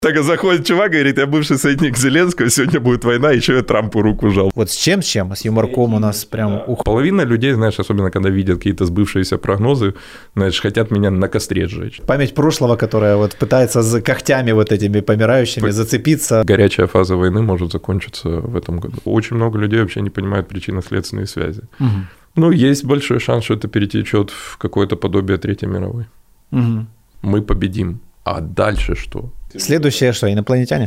Так заходит чувак, говорит, я бывший советник Зеленского, сегодня будет война, еще я Трампу руку жал. Вот с чем? С юморком у нас прям... Половина людей, знаешь, особенно когда видят какие-то сбывшиеся прогнозы, знаешь, хотят меня на костре сжечь. Память прошлого, которая вот пытается за когтями вот этими помирающими зацепиться. Горячая фаза войны может закончиться в этом году. Очень много людей вообще не понимают причинно-следственные связи. Угу. Ну, есть большой шанс, что это перетечет в какое-то подобие Третьей мировой. Угу. Мы победим. А дальше что? Следующее что, инопланетяне?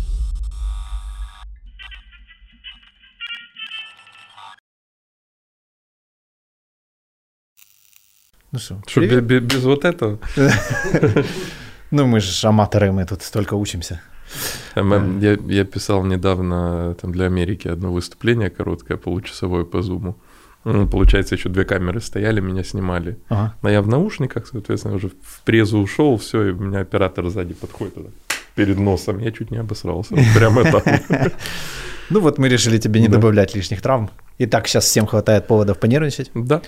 Ну что, без вот этого? Ну мы же аматоры, мы тут только учимся. Я писал недавно там, для Америки одно выступление короткое, получасовое по Zoom. Получается, еще 2 камеры стояли, меня снимали. Ага. А я в наушниках, соответственно, уже в презу ушел, все, и у меня оператор сзади подходит перед носом. Я чуть не обосрался. Прямо так. Ну вот мы решили тебе не добавлять лишних травм. И так сейчас всем хватает поводов понервничать. Да.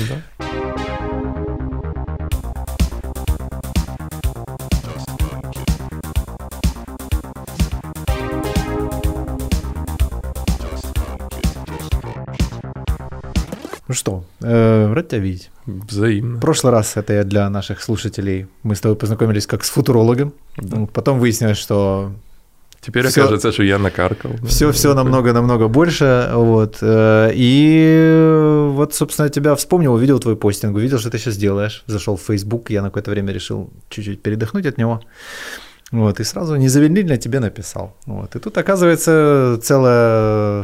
Ну что, рад тебя видеть. Взаимно. В прошлый раз, это я для наших слушателей, мы с тобой познакомились как с футурологом. Да. Потом выяснилось, что... Теперь окажется, что я накаркал. Все намного больше. Вот. И вот, собственно, тебя вспомнил, увидел твой постинг, увидел, что ты сейчас делаешь. Зашел в Facebook, я на какое-то время решил чуть-чуть передохнуть от него. Вот. И сразу незамедлительно тебе написал. Вот. И тут, оказывается, целая...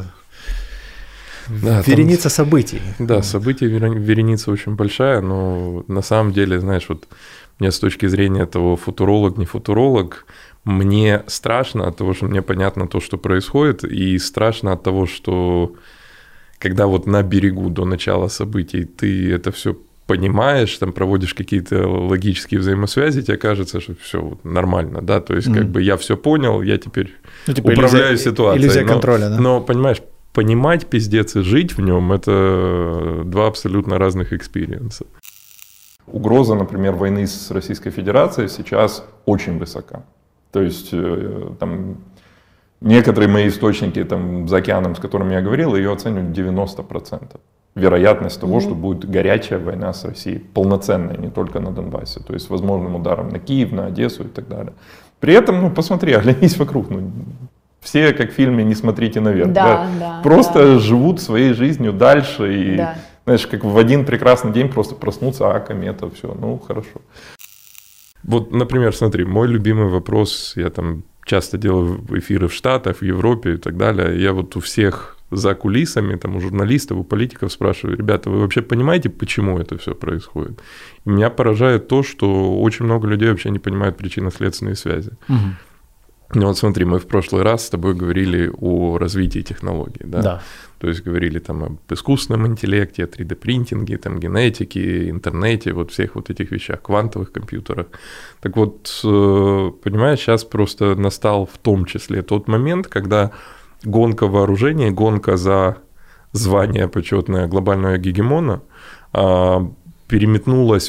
Да, вереница событий. Да, событий вереница очень большая, но на самом деле, знаешь, вот мне с точки зрения того, футуролог, не футуролог, мне страшно от того, что мне понятно то, что происходит, и страшно от того, что когда вот на берегу до начала событий ты это все понимаешь, там проводишь какие-то логические взаимосвязи, тебе кажется, что все вот нормально, да, то есть как бы я все понял, я теперь управляю ситуацией. Иллюзия контроля, да? Но, понимаешь, понимать пиздец и жить в нем – это 2 абсолютно разных экспириенса. Угроза, например, войны с Российской Федерацией сейчас очень высока. То есть там некоторые мои источники там, за океаном, с которыми я говорил, ее оценивают 90%. Вероятность того, что будет горячая война с Россией, полноценная, не только на Донбассе, то есть возможным ударом на Киев, на Одессу и так далее. При этом, посмотри, оглянись вокруг, все, как в фильме «Не смотрите наверх», да? Просто живут своей жизнью дальше и, знаешь, как в один прекрасный день просто проснуться, комета, все, хорошо. Вот, например, смотри, мой любимый вопрос, я там часто делаю эфиры в Штатах, в Европе и так далее, я вот у всех за кулисами, там, у журналистов, у политиков спрашиваю: ребята, вы вообще понимаете, почему это все происходит? И меня поражает то, что очень много людей вообще не понимают причинно-следственные связи. Ну вот смотри, мы в прошлый раз с тобой говорили о развитии технологий, да? То есть говорили там об искусственном интеллекте, о 3D-принтинге, там, генетике, интернете, вот всех вот этих вещах, квантовых компьютерах. Так вот, понимаешь, сейчас просто настал в том числе тот момент, когда гонка вооружений, гонка за звание почетное глобального гегемона переметнулась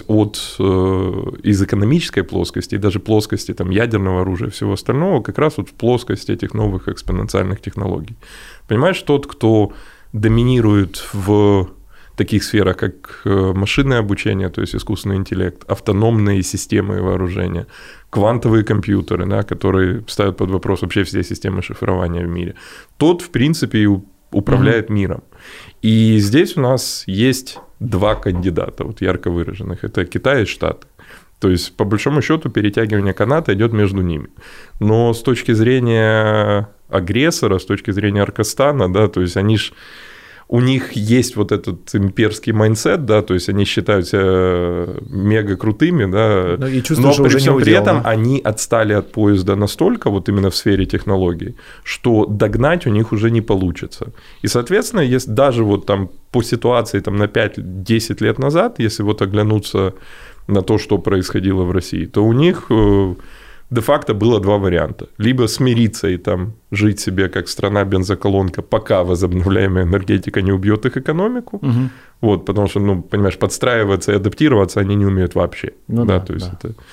из экономической плоскости и даже плоскости там, ядерного оружия и всего остального как раз вот в плоскость этих новых экспоненциальных технологий. Понимаешь, тот, кто доминирует в таких сферах, как машинное обучение, то есть искусственный интеллект, автономные системы вооружения, квантовые компьютеры, да, которые ставят под вопрос вообще все системы шифрования в мире, тот, в принципе, и управляет миром. И здесь у нас есть 2 кандидата, вот ярко выраженных. Это Китай и Штаты. То есть, по большому счету, перетягивание каната идет между ними. Но с точки зрения агрессора, с точки зрения Аркастана, да, то есть у них есть вот этот имперский майндсет, да, то есть они считают себя мега крутыми, да, но при всем при этом они отстали от поезда настолько, вот именно в сфере технологий, что догнать у них уже не получится. И, соответственно, если даже вот там по ситуации там, на 5-10 лет назад, если вот оглянуться на то, что происходило в России, то у них де-факто было 2 варианта. Либо смириться и там жить себе как страна-бензоколонка, пока возобновляемая энергетика не убьет их экономику. Вот, потому что, понимаешь, подстраиваться и адаптироваться они не умеют вообще. То есть это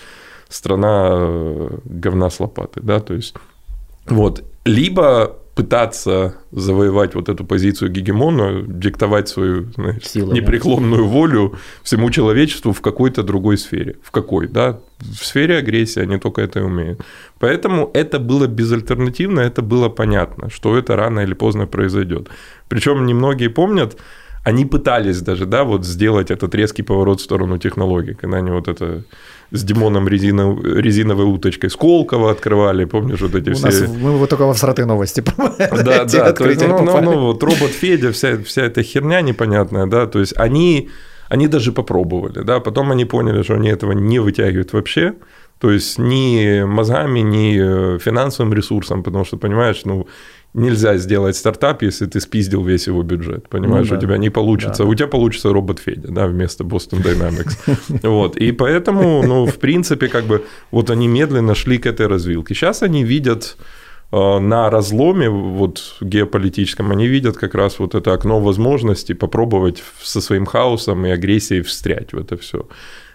страна говна с лопаты, да, то есть вот, либо пытаться завоевать вот эту позицию гегемона, диктовать свою, знаешь, непреклонную волю всему человечеству в какой-то другой сфере. В какой, да? В сфере агрессии они только это и умеют. Поэтому это было безальтернативно, это было понятно, что это рано или поздно произойдет. Причем немногие помнят, они пытались даже, да, вот сделать этот резкий поворот в сторону технологий, когда они вот это с Димоном резиновой уточкой Сколково открывали, помнишь, вот эти все... Мы вот только во всратые новости, по-моему. Да, то есть, вот робот Федя, вся эта херня непонятная, да, то есть они даже попробовали, да, потом они поняли, что они этого не вытягивают вообще, то есть ни мозгами, ни финансовым ресурсом, потому что, понимаешь, нельзя сделать стартап, если ты спиздил весь его бюджет, понимаешь, у тебя не получится, у тебя получится робот Федя, да, вместо Boston Dynamics, вот, и поэтому, в принципе, как бы, вот они медленно шли к этой развилке, сейчас они видят на разломе вот геополитическом, они видят как раз вот это окно возможностей попробовать со своим хаосом и агрессией встрять в это все.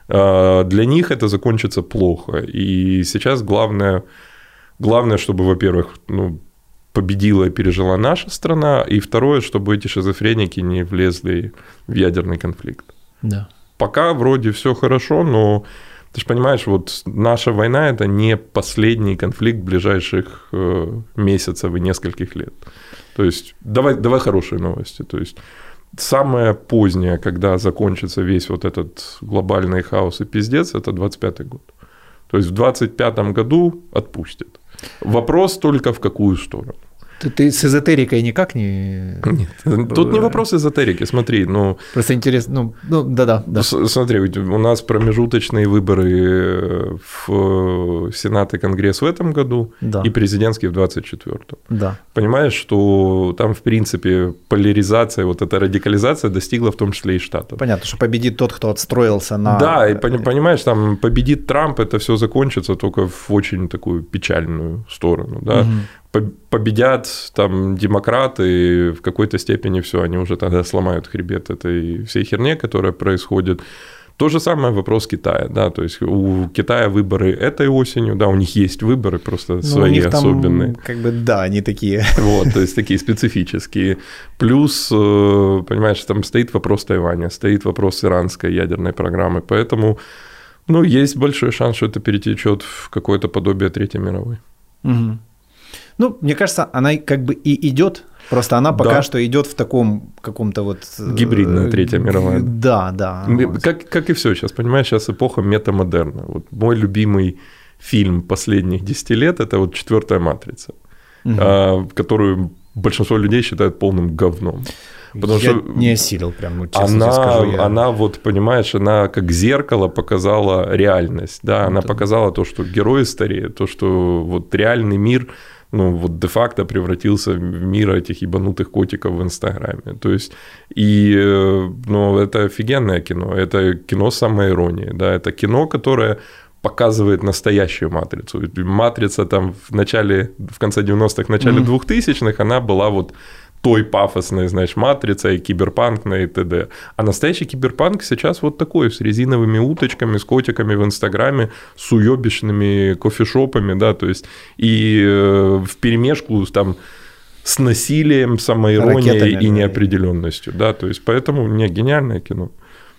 Для них это закончится плохо, и сейчас главное, чтобы, во-первых, победила и пережила наша страна, и второе, чтобы эти шизофреники не влезли в ядерный конфликт. Да. Пока вроде все хорошо, но ты же понимаешь, вот наша война – это не последний конфликт ближайших месяцев и нескольких лет. То есть давай хорошие новости. То есть самое позднее, когда закончится весь вот этот глобальный хаос и пиздец, это 25-й год. То есть в 25-м году отпустят. Вопрос только в какую сторону. Ты с эзотерикой никак не... Нет, тут не вопрос эзотерики, смотри, Просто интересно, да. Смотри, у нас промежуточные выборы в Сенат и Конгресс в этом году, да, и президентские в 24-м. Да. Понимаешь, что там, в принципе, поляризация, вот эта радикализация достигла в том числе и Штатов. Понятно, что победит тот, кто отстроился на... Да, и понимаешь, там победит Трамп, это все закончится только в очень такую печальную сторону, да. Угу. Победят там демократы, в какой-то степени все, они уже тогда сломают хребет этой всей херне, которая происходит. То же самое вопрос Китая, да, то есть у Китая выборы этой осенью, да, у них есть выборы, просто свои у них там, особенные. как бы, да, они такие. Вот, то есть такие специфические. Плюс, понимаешь, там стоит вопрос Тайваня, стоит вопрос иранской ядерной программы, поэтому, есть большой шанс, что это перетечет в какое-то подобие Третьей мировой. Угу. Мне кажется, она как бы и идет, просто она пока что идет в таком каком-то вот... Гибридная Третья мировая. Да. Как и все сейчас, понимаешь, сейчас эпоха метамодерна. Вот мой любимый фильм последних 10 лет – это вот «Четвертая матрица», которую большинство людей считают полным говном. Потому что не осилил, прям, честно скажу. Она вот, понимаешь, она как зеркало показала реальность, да, она показала то, что герои стареют, то, что вот реальный мир, вот де-факто превратился в мир этих ебанутых котиков в Инстаграме. То есть, это офигенное кино, это кино самоиронии, да, это кино, которое показывает настоящую матрицу. Матрица там в конце 90-х, в начале 2000-х, она была вот той пафосной, знаешь, матрицей, киберпанкной и т.д. А настоящий киберпанк сейчас вот такой, с резиновыми уточками, с котиками в Инстаграме, с уёбищными кофешопами, да, то есть и вперемешку там с насилием, самоиронией ракетами, и неопределенностью, да, то есть поэтому гениальное кино.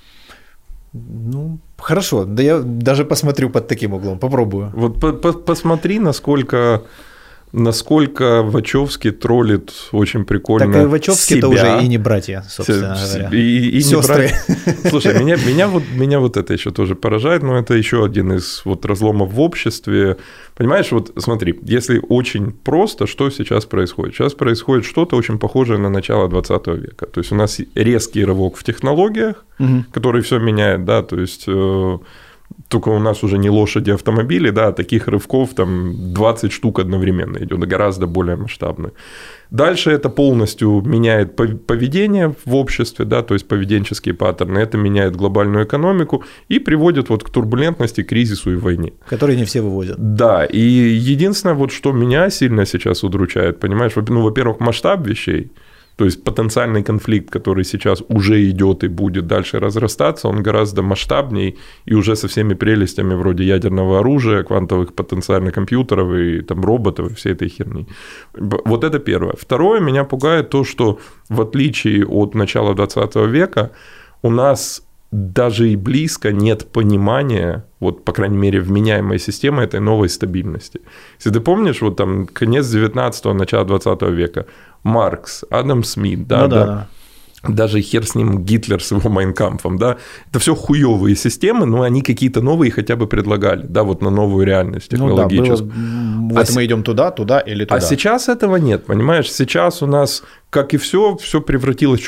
Хорошо, да я даже посмотрю под таким углом, попробую. Вот посмотри, насколько Вачовски троллит очень прикольно. Так и Вачовски-то уже и не братья, собственно говоря. И сестры. Слушай, меня вот это еще тоже поражает, но это еще один из вот разломов в обществе. Понимаешь, вот смотри, если очень просто, что сейчас происходит? Сейчас происходит что-то очень похожее на начало 20 века. То есть у нас резкий рывок в технологиях, который все меняет, да, то есть... Только у нас уже не лошади, а автомобили, да, таких рывков там 20 штук одновременно идет, гораздо более масштабно. Дальше это полностью меняет поведение в обществе, да, то есть поведенческие паттерны, это меняет глобальную экономику и приводит вот к турбулентности, кризису и войне. Которые не все вывозят. Да, и единственное, вот что меня сильно сейчас удручает, понимаешь, во-первых, масштаб вещей. То есть потенциальный конфликт, который сейчас уже идет и будет дальше разрастаться, он гораздо масштабней и уже со всеми прелестями вроде ядерного оружия, квантовых потенциальных компьютеров и там роботов и всей этой херни. Вот это первое. Второе, меня пугает то, что в отличие от начала 20 века у нас даже и близко нет понимания, вот, по крайней мере, вменяемой системы этой новой стабильности. Если ты помнишь, вот там конец 19-го, начало 20 века, Маркс, Адам Смит, да. Даже хер с ним Гитлер с его Майнкампфом, да, это все хуёвые системы, но они какие-то новые хотя бы предлагали, да, вот на новую реальность технологическую. Ну да, вот мы идем туда или туда. А сейчас этого нет, понимаешь, сейчас у нас, как и все превратилось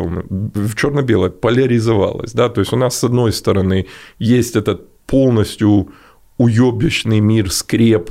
в чёрно-белое, поляризовалось, да, то есть у нас с одной стороны есть этот полностью уёбищный мир скреп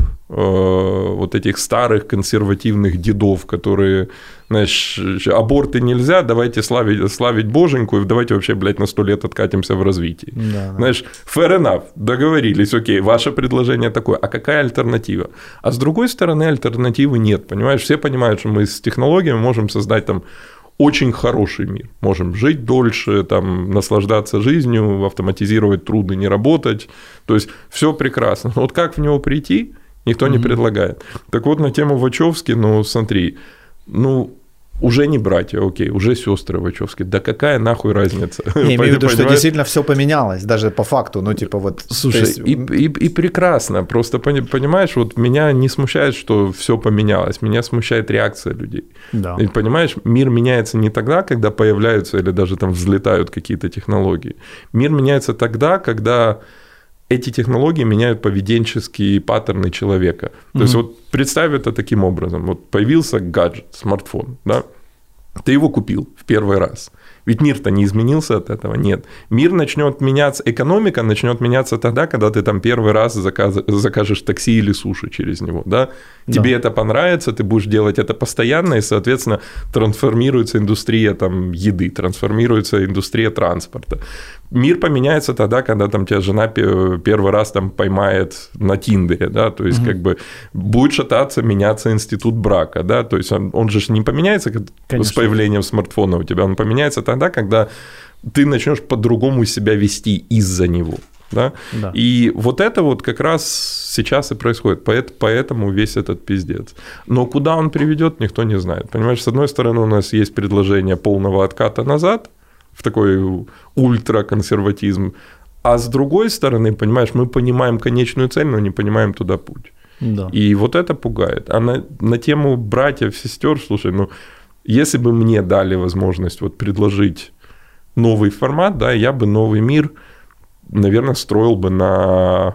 вот этих старых консервативных дедов, которые, знаешь, аборты нельзя, давайте славить боженьку, и давайте вообще, блядь, на 100 лет откатимся в развитии. Да. Знаешь, fair enough, договорились, окей, ваше предложение такое, а какая альтернатива? А с другой стороны, альтернативы нет, понимаешь, все понимают, что мы с технологиями можем создать там очень хороший мир. Можем жить дольше, там, наслаждаться жизнью, автоматизировать труды, не работать. То есть все прекрасно. Но вот как в него прийти, никто не предлагает. Так вот, на тему Вачовски, ну, смотри, ну, уже не братья, окей, уже сестры Вачовски. Да какая нахуй разница? Я имею в виду, что действительно все поменялось, даже по факту, ну, типа вот... Слушай, есть... и прекрасно, просто, понимаешь, вот меня не смущает, что все поменялось, меня смущает реакция людей. Да. И, понимаешь, мир меняется не тогда, когда появляются или даже там взлетают какие-то технологии. Мир меняется тогда, когда... эти технологии меняют поведенческие паттерны человека. То есть вот представь это таким образом. Вот появился гаджет, смартфон, да? Ты его купил в первый раз. Ведь мир-то не изменился от этого, нет. Мир начнет меняться, экономика начнет меняться тогда, когда ты там первый раз закажешь такси или суши через него, да? Тебе это понравится, ты будешь делать это постоянно, и, соответственно, трансформируется индустрия там еды, трансформируется индустрия транспорта. Мир поменяется тогда, когда там тебя жена первый раз там поймает на Тиндере, да, то есть как бы будет шататься, меняться институт брака, да, то есть он же не поменяется с появлением смартфона у тебя, он поменяется тогда, когда ты начнешь по-другому себя вести из-за него. Да? Да. И вот это вот как раз сейчас и происходит, поэтому весь этот пиздец. Но куда он приведет, никто не знает. Понимаешь, с одной стороны, у нас есть предложение полного отката назад, в такой ультраконсерватизм, а с другой стороны, понимаешь, мы понимаем конечную цель, но не понимаем туда путь. Да. И вот это пугает. А на тему братьев, сестер, слушай, ну, если бы мне дали возможность вот предложить новый формат, да, я бы новый мир, наверное, строил бы на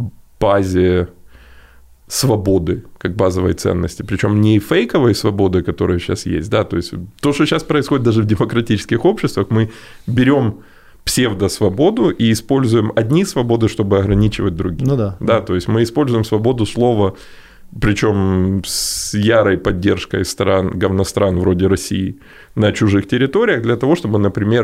базе свободы как базовой ценности, причем не фейковой свободы, которая сейчас есть, да, то есть то, что сейчас происходит даже в демократических обществах, мы берем псевдосвободу и используем одни свободы, чтобы ограничивать другие. Ну да. Да, то есть мы используем свободу слова, причем с ярой поддержкой говностран вроде России на чужих территориях для того, чтобы, например,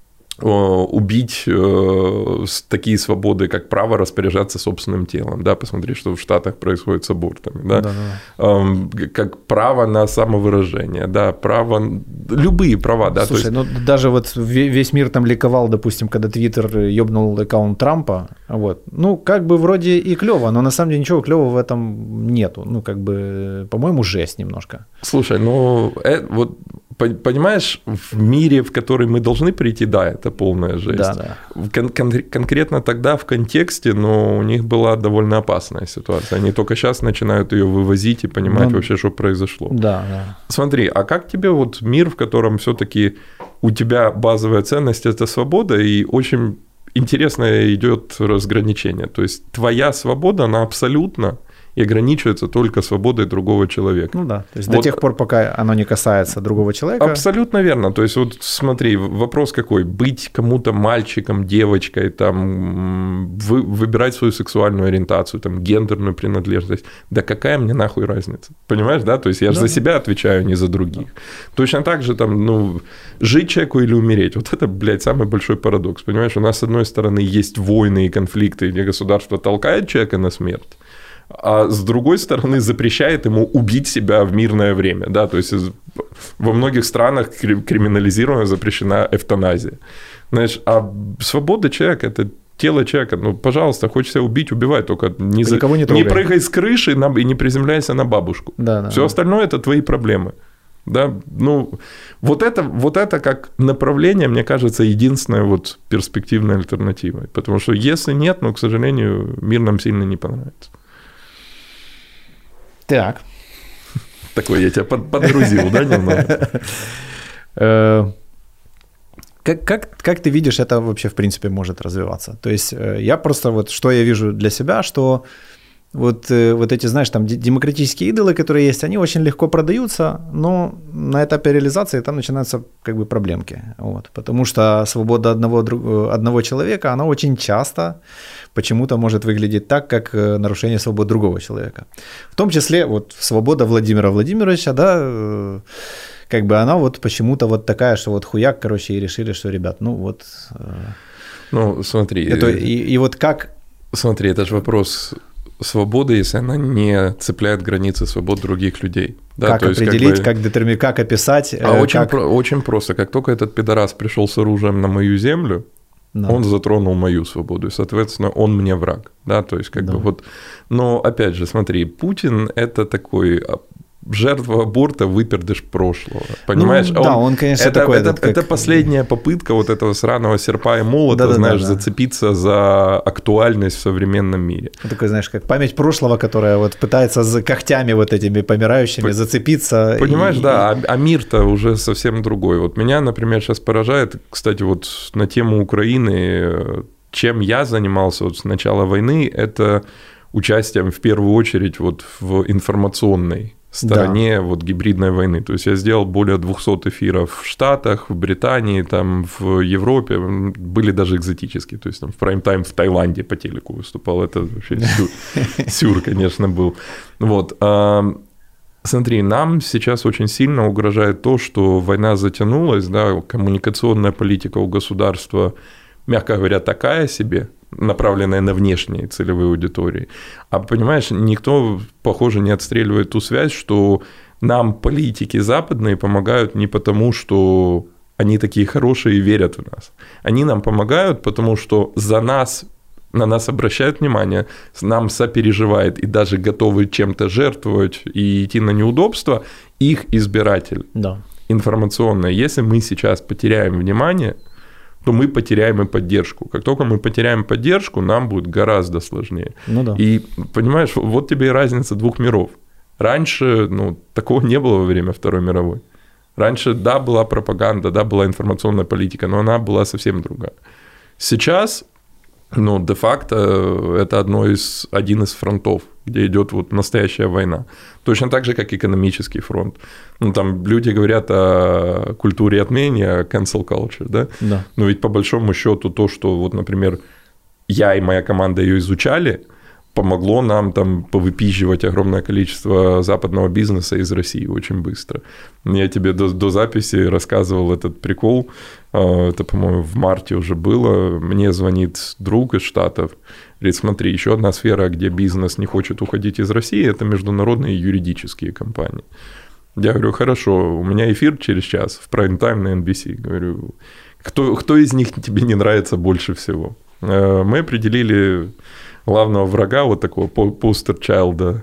убить такие свободы, как право распоряжаться собственным телом, да, посмотри, что в Штатах происходит с абортами, да, как право на самовыражение, да, право, любые права, да. Слушай, то есть... ну даже вот весь мир там ликовал, допустим, когда Твиттер ёбнул аккаунт Трампа, вот, ну как бы вроде и клево, но на самом деле ничего клевого в этом нету, ну как бы, по-моему, жесть немножко. Слушай, ну вот понимаешь, в мире, в который мы должны прийти, да, это полная жесть. Да. Конкретно тогда в контексте, но у них была довольно опасная ситуация. Они только сейчас начинают ее вывозить и понимать вообще, что произошло. Да. Смотри, а как тебе вот мир, в котором все-таки у тебя базовая ценность – это свобода, и очень интересное идет разграничение. То есть твоя свобода, она абсолютно и ограничивается только свободой другого человека. Ну да, то есть вот до тех пор, пока оно не касается другого человека. Абсолютно верно. То есть вот смотри, вопрос какой: быть кому-то мальчиком, девочкой, там, выбирать свою сексуальную ориентацию, там, гендерную принадлежность. Да какая мне нахуй разница? Понимаешь, да? То есть я же за себя отвечаю, не за других. Точно так же там, ну, жить человеку или умереть. Вот это, блядь, самый большой парадокс. Понимаешь, у нас с одной стороны есть войны и конфликты, где государство толкает человека на смерть, а с другой стороны запрещает ему убить себя в мирное время, да, то есть во многих странах криминализирована, запрещена эвтаназия. Знаешь, а свобода человека – это тело человека. Ну, пожалуйста, хочешь себя убить, убивай, только не прыгай с крыши и не приземляйся на бабушку. Да, все остальное – это твои проблемы. Да, ну, вот это как направление, мне кажется, единственная вот перспективная альтернатива. Потому что если нет, ну, к сожалению, мир нам сильно не понравится. Так. Такой я тебя подгрузил, да, немного? Как ты видишь, это вообще, в принципе, может развиваться? То есть я просто вот, что я вижу для себя, что вот эти, знаешь, там демократические идолы, которые есть, они очень легко продаются, но на этапе реализации там начинаются как бы проблемки. Вот, потому что свобода одного человека, она очень часто почему-то может выглядеть так, как нарушение свободы другого человека. В том числе вот свобода Владимира Владимировича, да, как бы она вот почему-то вот такая, что вот хуяк, короче, и решили, что, ребят, ну вот... Ну, смотри... И вот как... Смотри, это же вопрос свободы, если она не цепляет границы свобод других людей. Да, как то есть, определить, как описать... Очень просто. Как только этот пидорас пришел с оружием на мою землю, он затронул мою свободу, и, соответственно, он мне враг. Да, то есть, как бы вот... Но, опять же, смотри, Путин – это такой... жертва аборта, выпердыш прошлого. Понимаешь? Ну, да, он, конечно, такой... Это последняя попытка вот этого сраного серпа и молота, знаешь, зацепиться за актуальность в современном мире. Такой, знаешь, как память прошлого, которая вот пытается с когтями вот этими помирающими зацепиться. Понимаешь, да, а мир-то уже совсем другой. Вот меня, например, сейчас поражает, кстати, вот на тему Украины, чем я занимался вот с начала войны, это участием в первую очередь вот в информационной стороне вот гибридной войны. То есть я сделал более 200 эфиров в Штатах, в Британии, там, в Европе, были даже экзотические, то есть там в прайм-тайм в Таиланде по телеку выступал, это вообще сюр, конечно, был. Вот. Смотри, нам сейчас очень сильно угрожает то, что война затянулась, да, коммуникационная политика у государства, мягко говоря, такая себе, направленная на внешние целевые аудитории. А понимаешь, никто, похоже, не отстреливает ту связь, что нам политики западные помогают не потому, что они такие хорошие и верят в нас. Они нам помогают, потому что на нас обращают внимание, нам сопереживает и даже готовы чем-то жертвовать и идти на неудобства их избиратель информационный. Если мы сейчас потеряем внимание, то мы потеряем и поддержку. Как только мы потеряем поддержку, нам будет гораздо сложнее. Ну, да. И, понимаешь, вот тебе и разница двух миров. Раньше, такого не было во время Второй мировой. Раньше, да, была пропаганда, да, была информационная политика, но она была совсем другая. Сейчас, де-факто, это один из фронтов, где идет вот настоящая война. Точно так же, как экономический фронт. Там люди говорят о культуре отмены, о cancel culture, да? Да. Но ведь по большому счету то, что вот, например, я и моя команда ее изучали, помогло нам там повыпизживать огромное количество западного бизнеса из России очень быстро. Я тебе до записи рассказывал этот прикол, это, по-моему, в марте уже было, мне звонит друг из Штатов, говорит, смотри, еще одна сфера, где бизнес не хочет уходить из России, это международные юридические компании. Я говорю, хорошо, у меня эфир через час в прайм-тайм на NBC. Говорю, кто из них тебе не нравится больше всего? Мы определили главного врага, вот такого постер-чайлда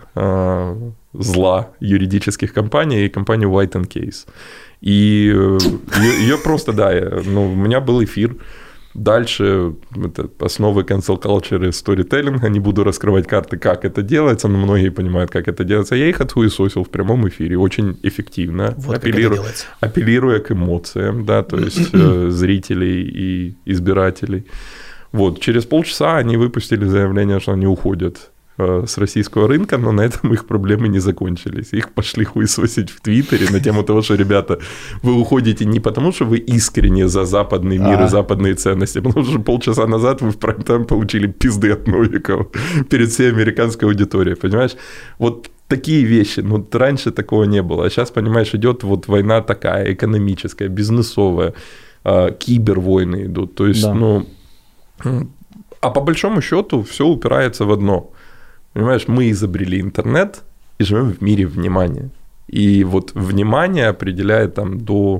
зла юридических компаний, и компанию White & Case. И ее просто, у меня был эфир. Дальше это основы cancel culture и storytelling. Не буду раскрывать карты, как это делается, но многие понимают, как это делается. Я их отхуесосил в прямом эфире очень эффективно, вот апеллируя к эмоциям, да, то есть зрителей и избирателей. Вот, через полчаса они выпустили заявление, что они уходят с российского рынка, но на этом их проблемы не закончились. Их пошли хуесосить в Твиттере на тему того, что, ребята, вы уходите не потому, что вы искренне за западный мир и западные ценности, а потому что полчаса назад вы в прайм-тайм получили пизды от Новикова перед всей американской аудиторией, понимаешь? Вот такие вещи, раньше такого не было, а сейчас, понимаешь, идет вот война такая, экономическая, бизнесовая, кибервойны идут, то есть, а по большому счету все упирается в одно. Понимаешь, мы изобрели интернет и живем в мире внимания. И вот внимание определяет там до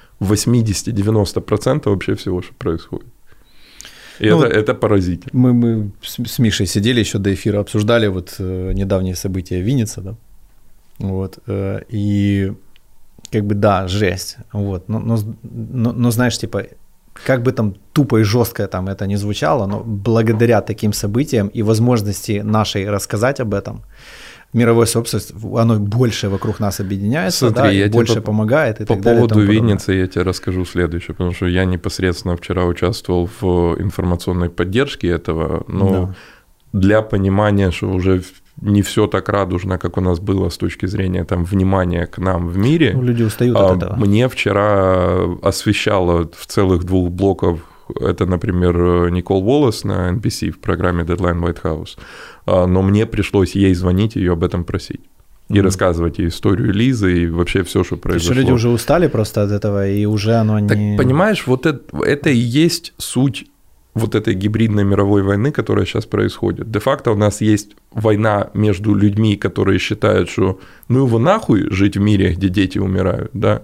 80-90% вообще всего, что происходит. И это поразительно. Мы с Мишей сидели еще до эфира, обсуждали вот недавние события Винница, да, вот, и как бы да, жесть, вот, но знаешь, типа, как бы там тупо и жестко там это не звучало, но благодаря таким событиям и возможности нашей рассказать об этом, мировое сообщество, оно больше вокруг нас объединяется, смотри, да, и больше помогает и так далее. По поводу Винницы я тебе расскажу следующее, потому что я непосредственно вчера участвовал в информационной поддержке этого, но для понимания, что уже не все так радужно, как у нас было с точки зрения там, внимания к нам в мире. Люди устают от этого. Мне вчера освещало в целых 2 блоках, это, например, Никол Уоллес на NBC в программе Deadline White House, но мне пришлось ей звонить и ее об этом просить. И рассказывать ей историю Лизы и вообще все, что произошло. То есть люди уже устали просто от этого, и уже оно не... Так, понимаешь, вот это и есть суть вот этой гибридной мировой войны, которая сейчас происходит. Де-факто у нас есть война между людьми, которые считают, что ну его нахуй жить в мире, где дети умирают, да?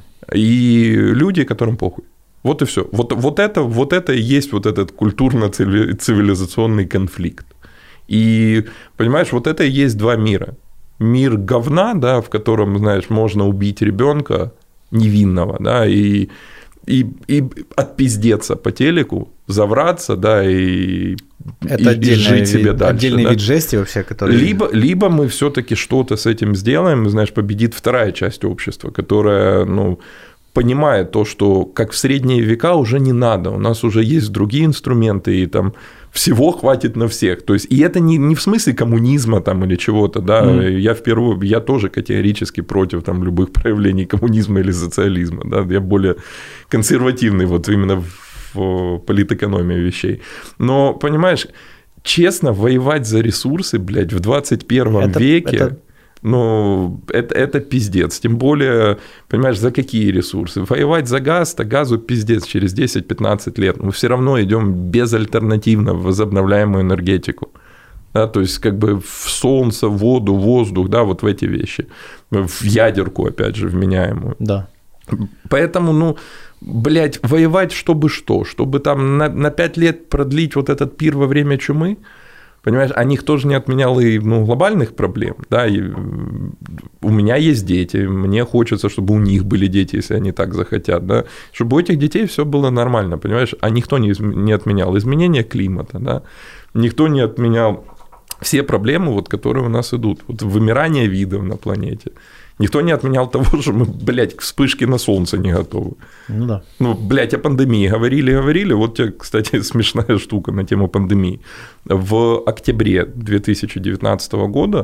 И люди, которым похуй. Вот и все. Вот это и есть вот этот культурно-цивилизационный конфликт. И, понимаешь, вот это и есть 2 мира. Мир говна, да, в котором, знаешь, можно убить ребенка невинного, да, и отпиздеться по телеку, завраться, да, и жить себе дальше. Отдельный вид жести вообще, который... Либо мы все-таки что-то с этим сделаем, знаешь, победит вторая часть общества, которая, ну, понимает то, что как в средние века уже не надо, у нас уже есть другие инструменты, и там всего хватит на всех. То есть, и это не в смысле коммунизма там или чего-то, да, я тоже категорически против там любых проявлений коммунизма или социализма, да, я более консервативный вот именно в политэкономии вещей. Но, понимаешь, честно, воевать за ресурсы, блядь, в 21 веке... Ну, это пиздец. Тем более, понимаешь, за какие ресурсы? Воевать за газ, то газу пиздец через 10-15 лет. Мы все равно идем безальтернативно в возобновляемую энергетику. Да, то есть, как бы в солнце, воду, воздух, да, вот в эти вещи. В ядерку, опять же, вменяемую. Да. Поэтому, ну, блядь, воевать чтобы что? Чтобы там на 5 лет продлить вот этот пир во время чумы? Понимаешь, а них тоже не отменял и глобальных проблем, да, и у меня есть дети, мне хочется, чтобы у них были дети, если они так захотят, да, чтобы у этих детей все было нормально, понимаешь, а никто не отменял изменения климата, да, никто не отменял все проблемы, вот, которые у нас идут, вот вымирание видов на планете. Никто не отменял того, что мы, блядь, к вспышке на солнце не готовы. Ну да. Ну, блядь, о пандемии говорили. Вот тебе, кстати, смешная штука на тему пандемии. В октябре 2019 года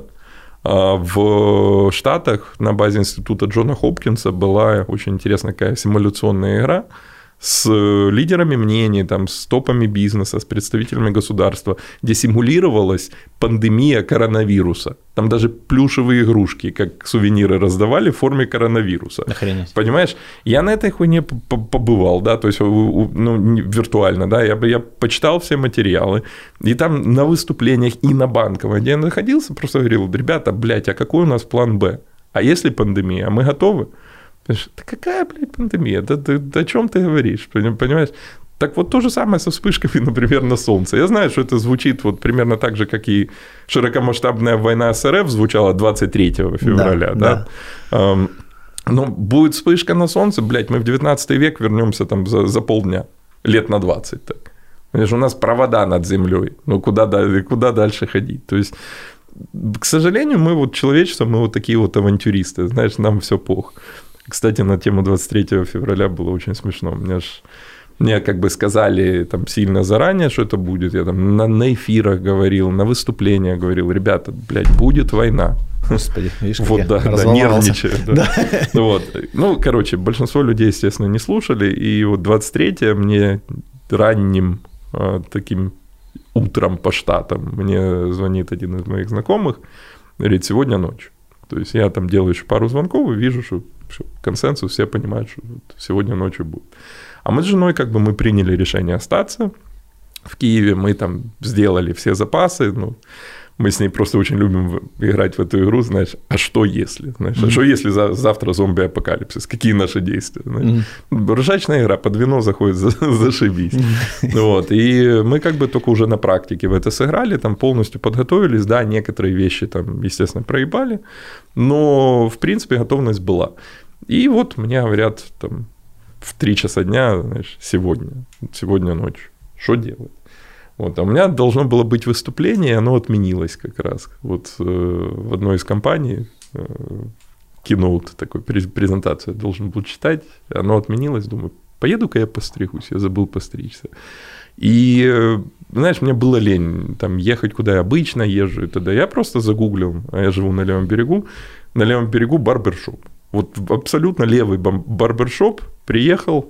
в Штатах на базе института Джона Хопкинса была очень интересная такая симуляционная игра с лидерами мнений, там, с топами бизнеса, с представителями государства, где симулировалась пандемия коронавируса. Там даже плюшевые игрушки, как сувениры, раздавали в форме коронавируса. Охренеть. Понимаешь? Я на этой хуйне побывал, да, то есть, ну, виртуально, да, я почитал все материалы, и там на выступлениях и на Банковой, где я находился, просто говорил: ребята, блядь, а какой у нас план Б? А если пандемия? А мы готовы? Да какая, блядь, пандемия? Да о чем ты говоришь? Понимаешь? Так вот то же самое со вспышками, например, на Солнце. Я знаю, что это звучит вот примерно так же, как и широкомасштабная война с РФ звучала 23 февраля. Да. Но будет вспышка на Солнце, блядь, мы в 19 век вернемся там за полдня, лет на 20 так. Понимаешь, у нас провода над землей. Ну куда дальше ходить? То есть, к сожалению, мы вот человечество, мы вот такие вот авантюристы, знаешь, нам все плохо. Кстати, на тему 23 февраля было очень смешно. Мне как бы сказали там сильно заранее, что это будет. Я там на эфирах говорил, на выступлениях говорил: ребята, блядь, будет война. Господи, видишь, как вот, я да, нервничаю. Да. Да. Вот. Ну, короче, большинство людей, естественно, не слушали. И вот 23-е мне ранним таким утром по штатам мне звонит один из моих знакомых, говорит: сегодня ночь. То есть я там делаю еще пару звонков и вижу, что все, консенсус, все понимают, что вот сегодня ночью будет. А мы с женой как бы мы приняли решение остаться в Киеве, мы там сделали все запасы, ну, Мы с ней просто очень любим играть в эту игру, знаешь, а что если? Знаешь, а что если завтра зомби-апокалипсис? Какие наши действия? Ржачная игра, под вино заходит, зашибись. Вот. И мы как бы только уже на практике в это сыграли, там полностью подготовились, да, некоторые вещи там, естественно, проебали, но, в принципе, готовность была. И вот мне говорят там в 3 часа дня, знаешь, сегодня ночью, что делать? Вот, а у меня должно было быть выступление, и оно отменилось как раз. Вот в одной из компаний Keynote, такой презентацию я должен был читать, оно отменилось, думаю, поеду-ка я постригусь, я забыл постричься. И, знаешь, мне было лень там ехать, куда я обычно езжу и т.д. Я просто загуглил, а я живу на левом берегу барбершоп. Вот абсолютно левый барбершоп, приехал,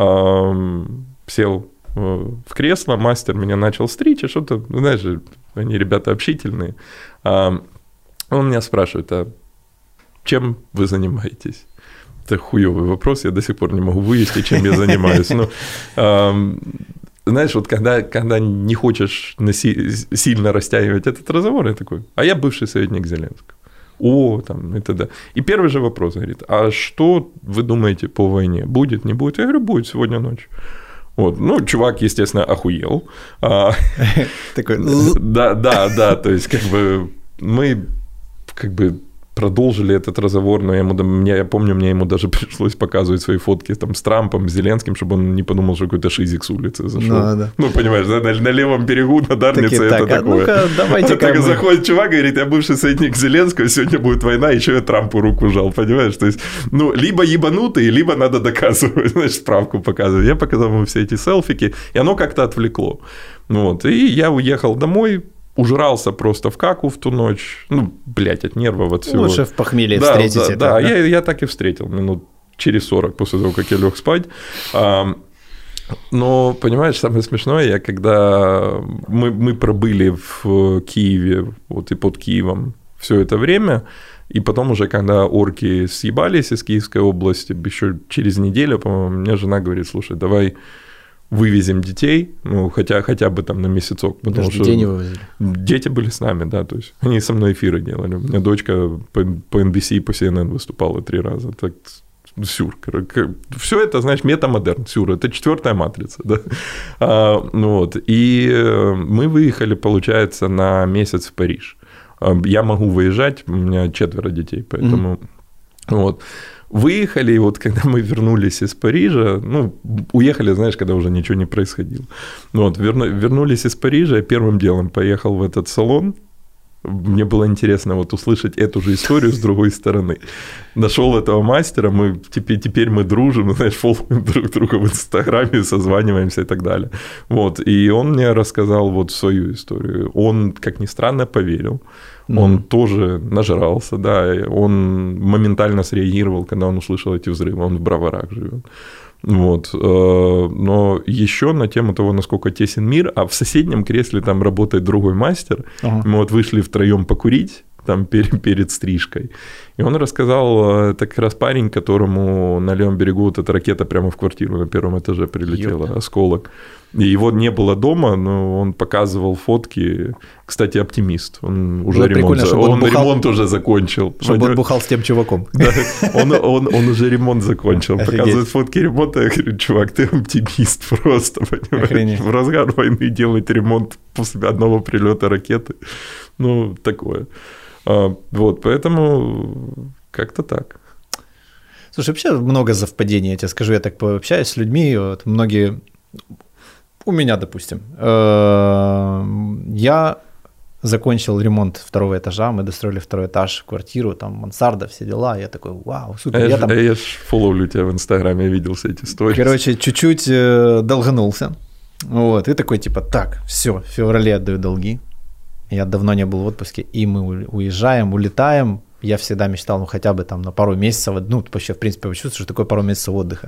сел в кресло, мастер меня начал стричь, а что-то, знаешь, они ребята общительные. Он меня спрашивает, а чем вы занимаетесь? Это хуёвый вопрос, я до сих пор не могу выяснить, чем я занимаюсь. Но, знаешь, вот когда не хочешь сильно растягивать этот разговор, я такой, а я бывший советник Зеленского. Там и т.д. И первый же вопрос, говорит, а что вы думаете по войне? Будет, не будет? Я говорю, будет сегодня ночью. Вот. Ну, чувак, естественно, охуел. Такой... Да, то есть, как бы, мы, как бы, продолжили этот разговор, но я помню, мне ему даже пришлось показывать свои фотки там с Трампом, с Зеленским, чтобы он не подумал, что какой-то шизик с улицы зашел. Да. Ну, понимаешь, да, на левом берегу, на Дарнице это такое. Ну-ка, давайте так заходит чувак, говорит, я бывший советник Зеленского, сегодня будет война, еще я Трампу руку жал, понимаешь? То есть, ну, либо ебанутый, либо надо доказывать, значит, справку показывать. Я показал ему все эти селфики, и оно как-то отвлекло. Вот. И я уехал домой, ужрался просто в каку в ту ночь, ну, блядь, от нервов, от всего. Лучше в похмелье встретить. Да, я так и встретил, минут через 40 после того, как я лег спать. Но, понимаешь, самое смешное, когда мы пробыли в Киеве, вот и под Киевом все это время, и потом уже, когда орки съебались из Киевской области, еще через неделю, по-моему, мне жена говорит, слушай, давай вывезем детей, ну, хотя бы там на месяцок. Даже детей не вывозили? Дети были с нами, да, то есть они со мной эфиры делали. У меня дочка по NBC и по CNN выступала 3 раза. Так, сюр. Все это, знаешь, метамодерн, сюр. Это 4-я матрица, да. Вот. И мы выехали, получается, на месяц в Париж. Я могу выезжать, у меня 4 детей, поэтому... Вот. Выехали, и вот когда мы вернулись из Парижа, ну, уехали, знаешь, когда уже ничего не происходило. Вот, вернулись из Парижа, я первым делом поехал в этот салон. Мне было интересно вот услышать эту же историю с другой стороны. Нашел этого мастера, теперь мы дружим, знаешь, фолловим друг друга в Инстаграме, созваниваемся и так далее. Вот, и он мне рассказал вот свою историю. Он, как ни странно, поверил. Он тоже нажрался, да, он моментально среагировал, когда он услышал эти взрывы, он в Броварах живет. Вот. Но еще на тему того, насколько тесен мир, а в соседнем кресле там работает другой мастер, мы вот вышли втроем покурить, там перед стрижкой. И он рассказал, это как раз парень, которому на левом берегу вот эта ракета прямо в квартиру на 1-м этаже прилетела, осколок. И его не было дома, но он показывал фотки. Кстати, оптимист. Он уже ремонт уже закончил. Чтобы он бухал с тем чуваком. Да, он уже ремонт закончил. Показывает фотки ремонта. Я говорю, чувак, ты оптимист просто, понимаешь? В разгар войны делать ремонт после одного прилета ракеты. Ну, такое. Вот, поэтому как-то так. Слушай, вообще много совпадений, я тебе скажу, я так пообщаюсь с людьми, вот многие, у меня, допустим, я закончил ремонт 2-го этажа, мы достроили 2-й этаж, квартиру, там мансарда, все дела, я такой, вау, супер. Я ж фолловлю тебя в Инстаграме, я видел все эти истории. Короче, чуть-чуть долганулся, вот, и такой, типа, так, все, в феврале отдаю долги. Я давно не был в отпуске, и мы уезжаем, улетаем. Я всегда мечтал, ну, хотя бы там на пару месяцев, ну, вообще, в принципе, почувствовал, что такое пару месяцев отдыха.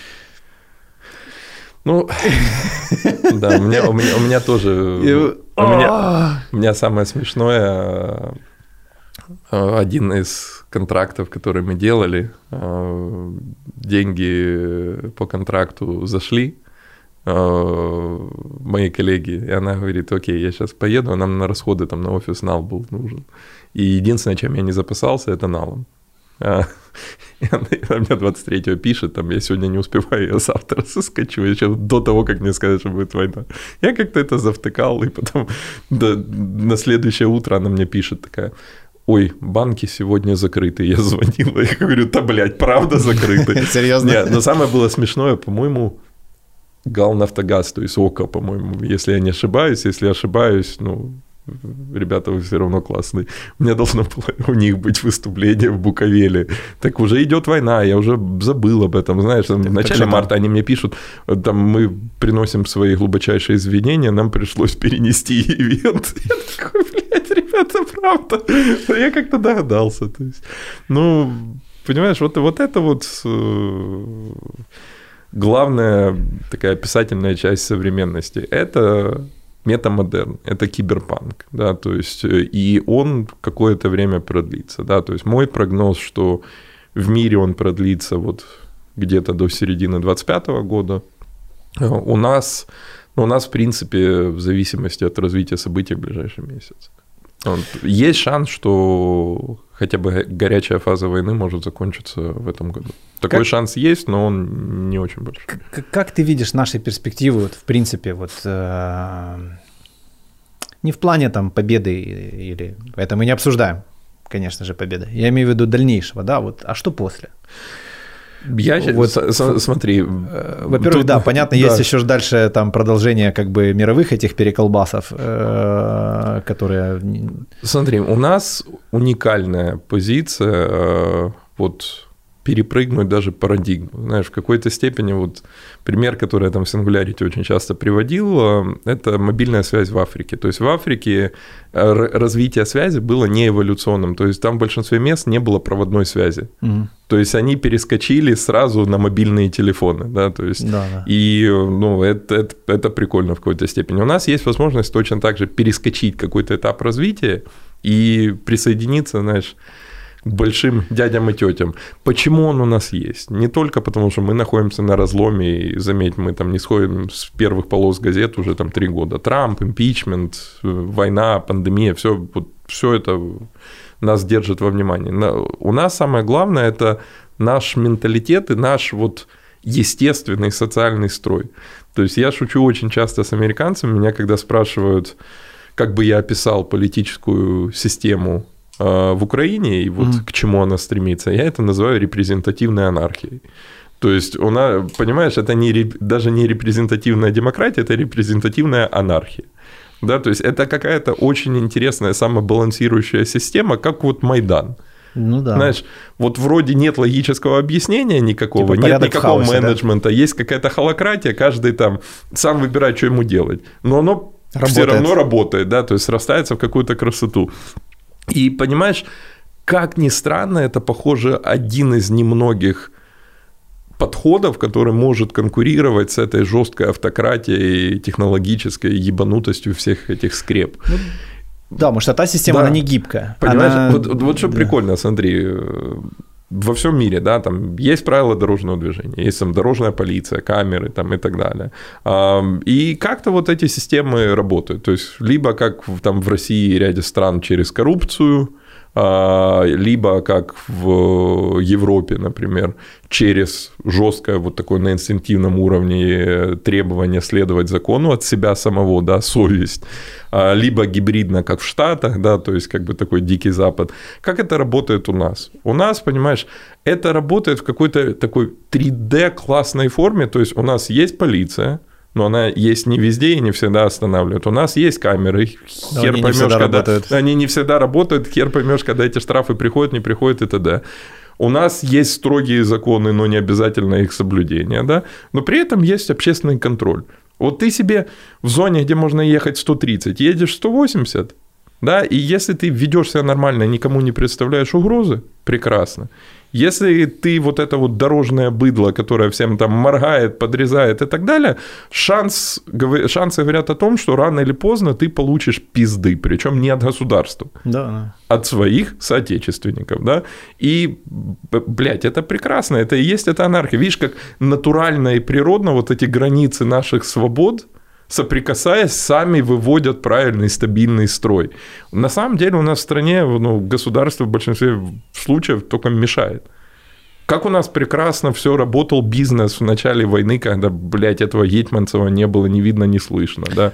Ну, да, у меня тоже... У меня самое смешное, один из контрактов, которые мы делали, деньги по контракту зашли, моей коллеги, и она говорит: окей, я сейчас поеду, а нам на расходы там на офис нал был нужен. И единственное, чем я не запасался, это налом. И она мне 23-го пишет, там, я сегодня не успеваю, я завтра соскочу, еще до того, как мне сказать, что будет война. Я как-то это завтыкал, и потом на следующее утро она мне пишет такая: ой, банки сегодня закрыты. Я звонила, я говорю: да, блядь, правда закрыты? Серьезно? Нет, но самое было смешное, по-моему, Галнафтогаз, то есть ОКО, по-моему, если я не ошибаюсь. Если ошибаюсь, ну, ребята, вы все равно классные. У меня должно было у них быть выступление в Буковеле. Так уже идет война, я уже забыл об этом. Знаешь, в начале марта они мне пишут, там, мы приносим свои глубочайшие извинения, нам пришлось перенести ивент. Я такой: блядь, ребята, правда. Я как-то догадался. То есть, ну, понимаешь, вот это вот главная такая описательная часть современности. Это метамодерн, это киберпанк, да, то есть, и он какое-то время продлится, да, то есть мой прогноз, что в мире он продлится вот где-то до середины 2025 года. У нас, в принципе, в зависимости от развития событий в ближайший месяц. Есть шанс, что хотя бы горячая фаза войны может закончиться в этом году. Такой шанс есть, но он не очень большой. Как ты видишь наши перспективы, вот, в принципе, вот, не в плане там победы, или это мы не обсуждаем, конечно же, победы. Я имею в виду дальнейшего, да, вот, а что после? Смотри. Во-первых, тут, да, понятно, да. Есть еще дальше там продолжение как бы мировых этих переколбасов, которые... Смотри, у нас уникальная позиция, вот, перепрыгнуть даже парадигму. Знаешь, в какой-то степени вот пример, который я там в Singularity очень часто приводил, это мобильная связь в Африке. То есть в Африке развитие связи было не эволюционным, то есть там в большинстве мест не было проводной связи. Угу. То есть они перескочили сразу на мобильные телефоны, да, то есть, да. И, ну, это прикольно в какой-то степени. У нас есть возможность точно так же перескочить какой-то этап развития и присоединиться, знаешь, к большим дядям и тетям. Почему он у нас есть? Не только потому, что мы находимся на разломе, и, заметь, мы там не сходим с первых полос газет уже там 3 года. Трамп, импичмент, война, пандемия, все это нас держит во внимании. У нас самое главное – это наш менталитет и наш вот естественный социальный строй. То есть я шучу очень часто с американцами, меня когда спрашивают, как бы я описал политическую систему в Украине и вот к чему она стремится, я это называю репрезентативной анархией. То есть, понимаешь, это даже не репрезентативная демократия, это репрезентативная анархия. Да, то есть это какая-то очень интересная самобалансирующая система, как вот Майдан. Ну да. Знаешь, вот вроде нет логического объяснения никакого, типа нет никакого менеджмента, да? Есть какая-то холократия, каждый там сам выбирает, что ему делать, но оно все равно работает, да, то есть срастается в какую-то красоту. И понимаешь, как ни странно, это, похоже, один из немногих подходов, который может конкурировать с этой жесткой автократией, технологической ебанутостью всех этих скреп. Да, может, та система, она не гибкая. Понимаешь, вот что прикольно, смотри, во всем мире, да, там есть правила дорожного движения, есть там дорожная полиция, камеры там и так далее. И как-то вот эти системы работают. То есть, либо как там в России и ряде стран через коррупцию, либо как в Европе, например, через жесткое вот такое на инстинктивном уровне требование следовать закону от себя самого, да, совесть, либо гибридно, как в Штатах, да, то есть как бы такой дикий запад. Как это работает у нас? У нас, понимаешь, это работает в какой-то такой 3D классной форме, то есть у нас есть полиция, но она есть не везде и не всегда останавливает. У нас есть камеры, хер поймешь, когда они не всегда работают, хер поймешь, когда эти штрафы приходят, не приходят и т.д. У нас есть строгие законы, но не обязательно их соблюдение, да? Но при этом есть общественный контроль. Вот ты себе в зоне, где можно ехать 130, едешь 180, Да, и если ты ведешь себя нормально, никому не представляешь угрозы, прекрасно. Если ты вот это вот дорожное быдло, которое всем там моргает, подрезает и так далее, шансы говорят о том, что рано или поздно ты получишь пизды, причем не от государства, да. От своих соотечественников, да. И, блядь, это прекрасно, это и есть эта анархия. Видишь, как натурально и природно вот эти границы наших свобод, соприкасаясь, сами выводят правильный стабильный строй. На самом деле у нас в стране государство в большинстве случаев только мешает. Как у нас прекрасно все работал бизнес в начале войны, когда, блядь, этого Гетманцева не было ни видно, ни слышно, да?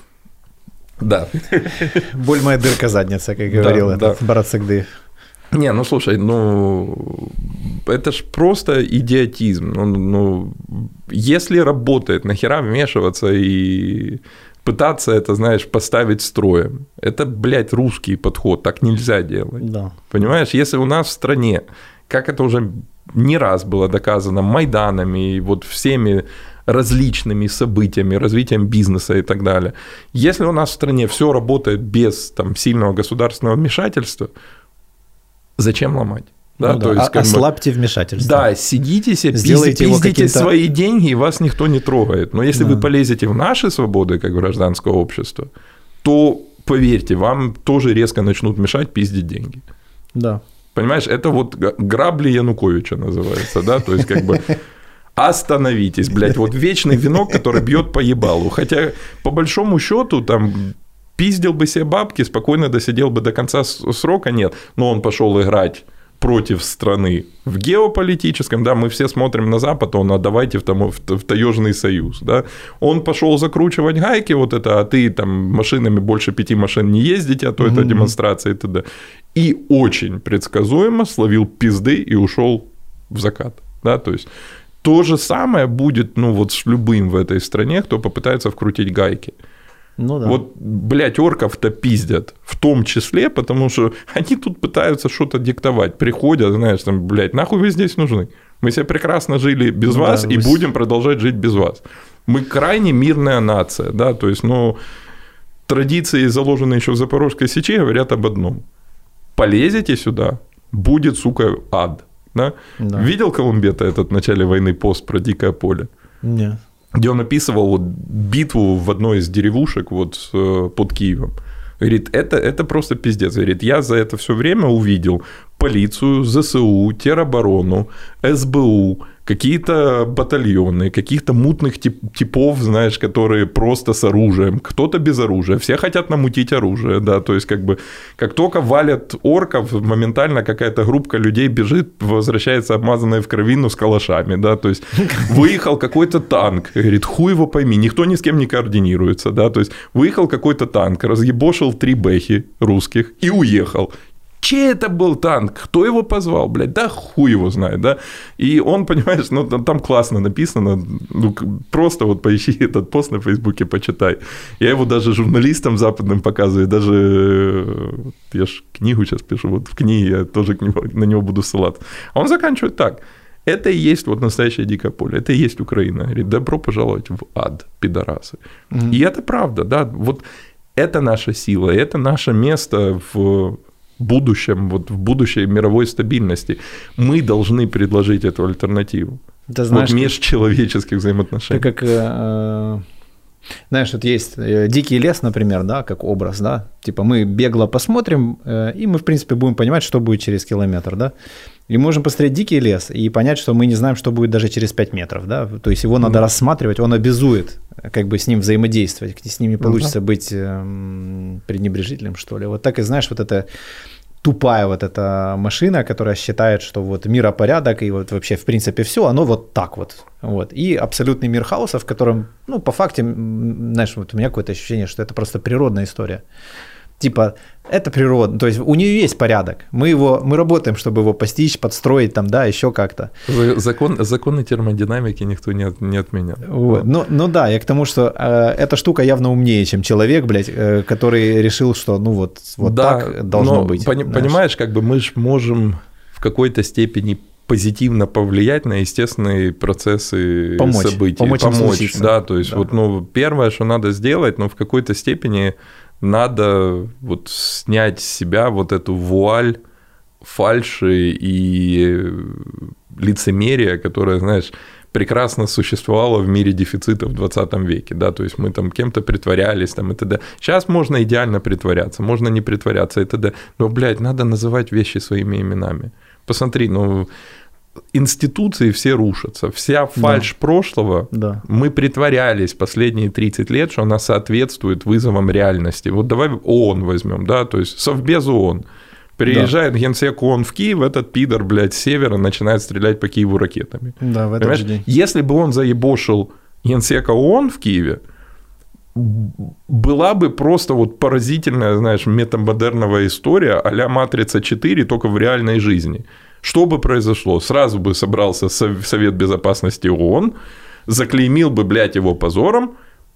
Да. Боль моя дырка задница, как говорил этот брат Сагдыев. Не, слушай, это ж просто идиотизм. Если работает, нахера вмешиваться и пытаться это, знаешь, поставить строем? Это, блядь, русский подход, так нельзя делать. Да. Понимаешь, если у нас в стране, как это уже не раз было доказано, майданами и вот всеми различными событиями, развитием бизнеса и так далее, если у нас в стране все работает без там сильного государственного вмешательства, зачем ломать? Да, то есть, ослабьте вмешательство. Да, сидите себе, пиздите свои деньги, и вас никто не трогает. Но если вы полезете в наши свободы, как гражданское общество, то, поверьте, вам тоже резко начнут мешать пиздить деньги. Да. Понимаешь, это вот грабли Януковича называется, да, то есть как бы остановитесь, блядь, вот вечный венок, который бьет по ебалу. Хотя, по большому счету, там пиздил бы себе бабки, спокойно досидел бы до конца срока, нет, но он пошел играть против страны в геополитическом, да, мы все смотрим на Запад, а давайте в таежный союз, да, он пошел закручивать гайки, вот это, а ты там машинами больше 5 машин не ездите, а то это демонстрация и т.д. И очень предсказуемо словил пизды и ушел в закат, да, то есть то же самое будет, вот с любым в этой стране, кто попытается вкрутить гайки. Ну да. Вот, блядь, орков-то пиздят, в том числе, потому что они тут пытаются что-то диктовать, приходят, знаешь, там, блядь, нахуй вы здесь нужны? Мы себе прекрасно жили без вас и будем продолжать жить без вас. Мы крайне мирная нация, да, то есть, традиции, заложенные еще в Запорожской Сече, говорят об одном. Полезете сюда, будет, сука, ад, да? Да. Видел Колумбета этот в начале войны пост про дикое поле? Нет. Где он описывал вот битву в одной из деревушек вот под Киевом. Говорит, это просто пиздец. Говорит, я за это все время увидел полицию, ЗСУ, тероборону, СБУ, какие-то батальоны, каких-то мутных типов, знаешь, которые просто с оружием, кто-то без оружия, все хотят намутить оружие, да, то есть как бы как только валят орков, моментально какая-то группа людей бежит, возвращается обмазанная в крови, но с калашами, да, то есть выехал какой-то танк, говорит, хуй его пойми, никто ни с кем не координируется, да, то есть выехал какой-то танк, разъебошил 3 бэхи русских и уехал. Чей это был танк? Кто его позвал, блядь? Да хуй его знает, да? И он, понимаешь, там классно написано, просто вот поищи этот пост на Фейсбуке, почитай. Я его даже журналистам западным показываю, даже я ж книгу сейчас пишу, вот в книге я тоже на него буду ссылаться. А он заканчивает так. Это и есть вот настоящее дикое поле, это и есть Украина. Говорит, добро пожаловать в ад, пидорасы. И это правда, да, вот это наша сила, это наше место в будущем, вот в будущей мировой стабильности. Мы должны предложить эту альтернативу. Ты знаешь, вот межчеловеческих взаимоотношений. Это как, знаешь, вот есть дикий лес, например, да, как образ, да, типа мы бегло посмотрим, и мы, в принципе, будем понимать, что будет через километр, да, и можем посмотреть дикий лес и понять, что мы не знаем, что будет даже через 5 метров, да, то есть его надо рассматривать, он обязует как бы с ним взаимодействовать, с ним не получится быть пренебрежительным, что ли. Вот так и, знаешь, вот это тупая вот эта машина, которая считает, что вот миропорядок и вот вообще в принципе все, оно вот так вот. И абсолютный мир хаоса, в котором, по факту, знаешь, вот у меня какое-то ощущение, что это просто природная история. Типа, это природа, то есть у нее есть порядок, мы работаем, чтобы его постичь, подстроить там, да, еще как-то. Законы термодинамики никто не отменял. Вот. Ну да, я к тому, что эта штука явно умнее, чем человек, блядь, который решил, что вот да, так должно быть. Понимаешь, как бы мы же можем в какой-то степени позитивно повлиять на естественные процессы событий. Помочь, да, то есть вот, первое, что надо сделать, в какой-то степени надо вот снять с себя вот эту вуаль фальши и лицемерия, которое, знаешь, прекрасно существовало в мире дефицита в 20 веке, да, то есть мы там кем-то притворялись, там, и т.д. Сейчас можно идеально притворяться, можно не притворяться, и т.д. Но, блядь, надо называть вещи своими именами. Посмотри, ну, институции все рушатся, вся фальшь прошлого, мы притворялись последние 30 лет, что она соответствует вызовам реальности. Вот давай ООН возьмем, да, то есть Совбез ООН. Приезжает генсек ООН в Киев, этот пидор, блядь, с севера начинает стрелять по Киеву ракетами. Да, в этот же день. Если бы он заебошил генсека ООН в Киеве, была бы просто вот поразительная, знаешь, метамодерновая история а-ля «Матрица 4», только в реальной жизни. Что бы произошло? Сразу бы собрался Совет Безопасности ООН, заклеймил бы, блядь, его позором,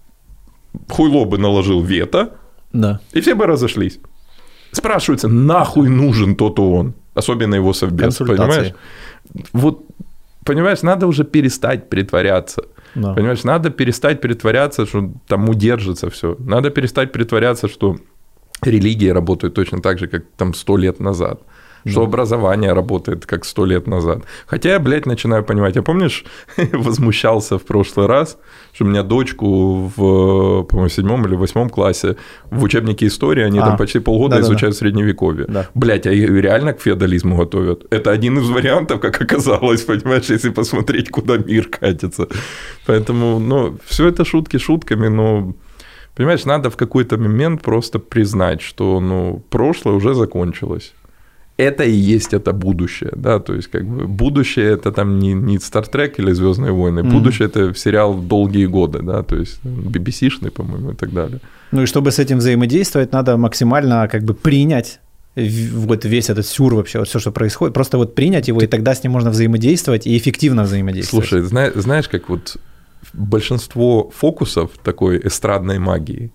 хуйло бы наложил вето, и все бы разошлись. Спрашивается, нахуй нужен тот ООН, особенно его совбез, понимаешь? Вот, понимаешь, надо уже перестать притворяться. Понимаешь, надо перестать притворяться, что там удержится все. Надо перестать притворяться, что религия работает точно так же, как там 100 лет назад. Что образование работает как 100 лет назад. Хотя я, блядь, начинаю понимать. Я, помнишь, возмущался в прошлый раз, что у меня дочку в, по-моему, 7 или 8 классе в учебнике истории, они там почти полгода изучают Средневековье. Блядь, а реально к феодализму готовят. Это один из вариантов, как оказалось, понимаешь, если посмотреть, куда мир катится. Поэтому, ну, все это шутки шутками, но... Понимаешь, надо в какой-то момент просто признать, что, ну, прошлое уже закончилось. Это и есть это будущее, да, то есть как бы будущее это там не Star Trek или Звездные войны, будущее это сериал «Долгие годы», да, то есть BBC-шный, по-моему, и так далее. Ну и чтобы с этим взаимодействовать, надо максимально как бы принять вот весь этот сюр вообще, вот все, что происходит, просто вот принять его, и тогда с ним можно взаимодействовать и эффективно взаимодействовать. Слушай, знаешь, как вот большинство фокусов такой эстрадной магии,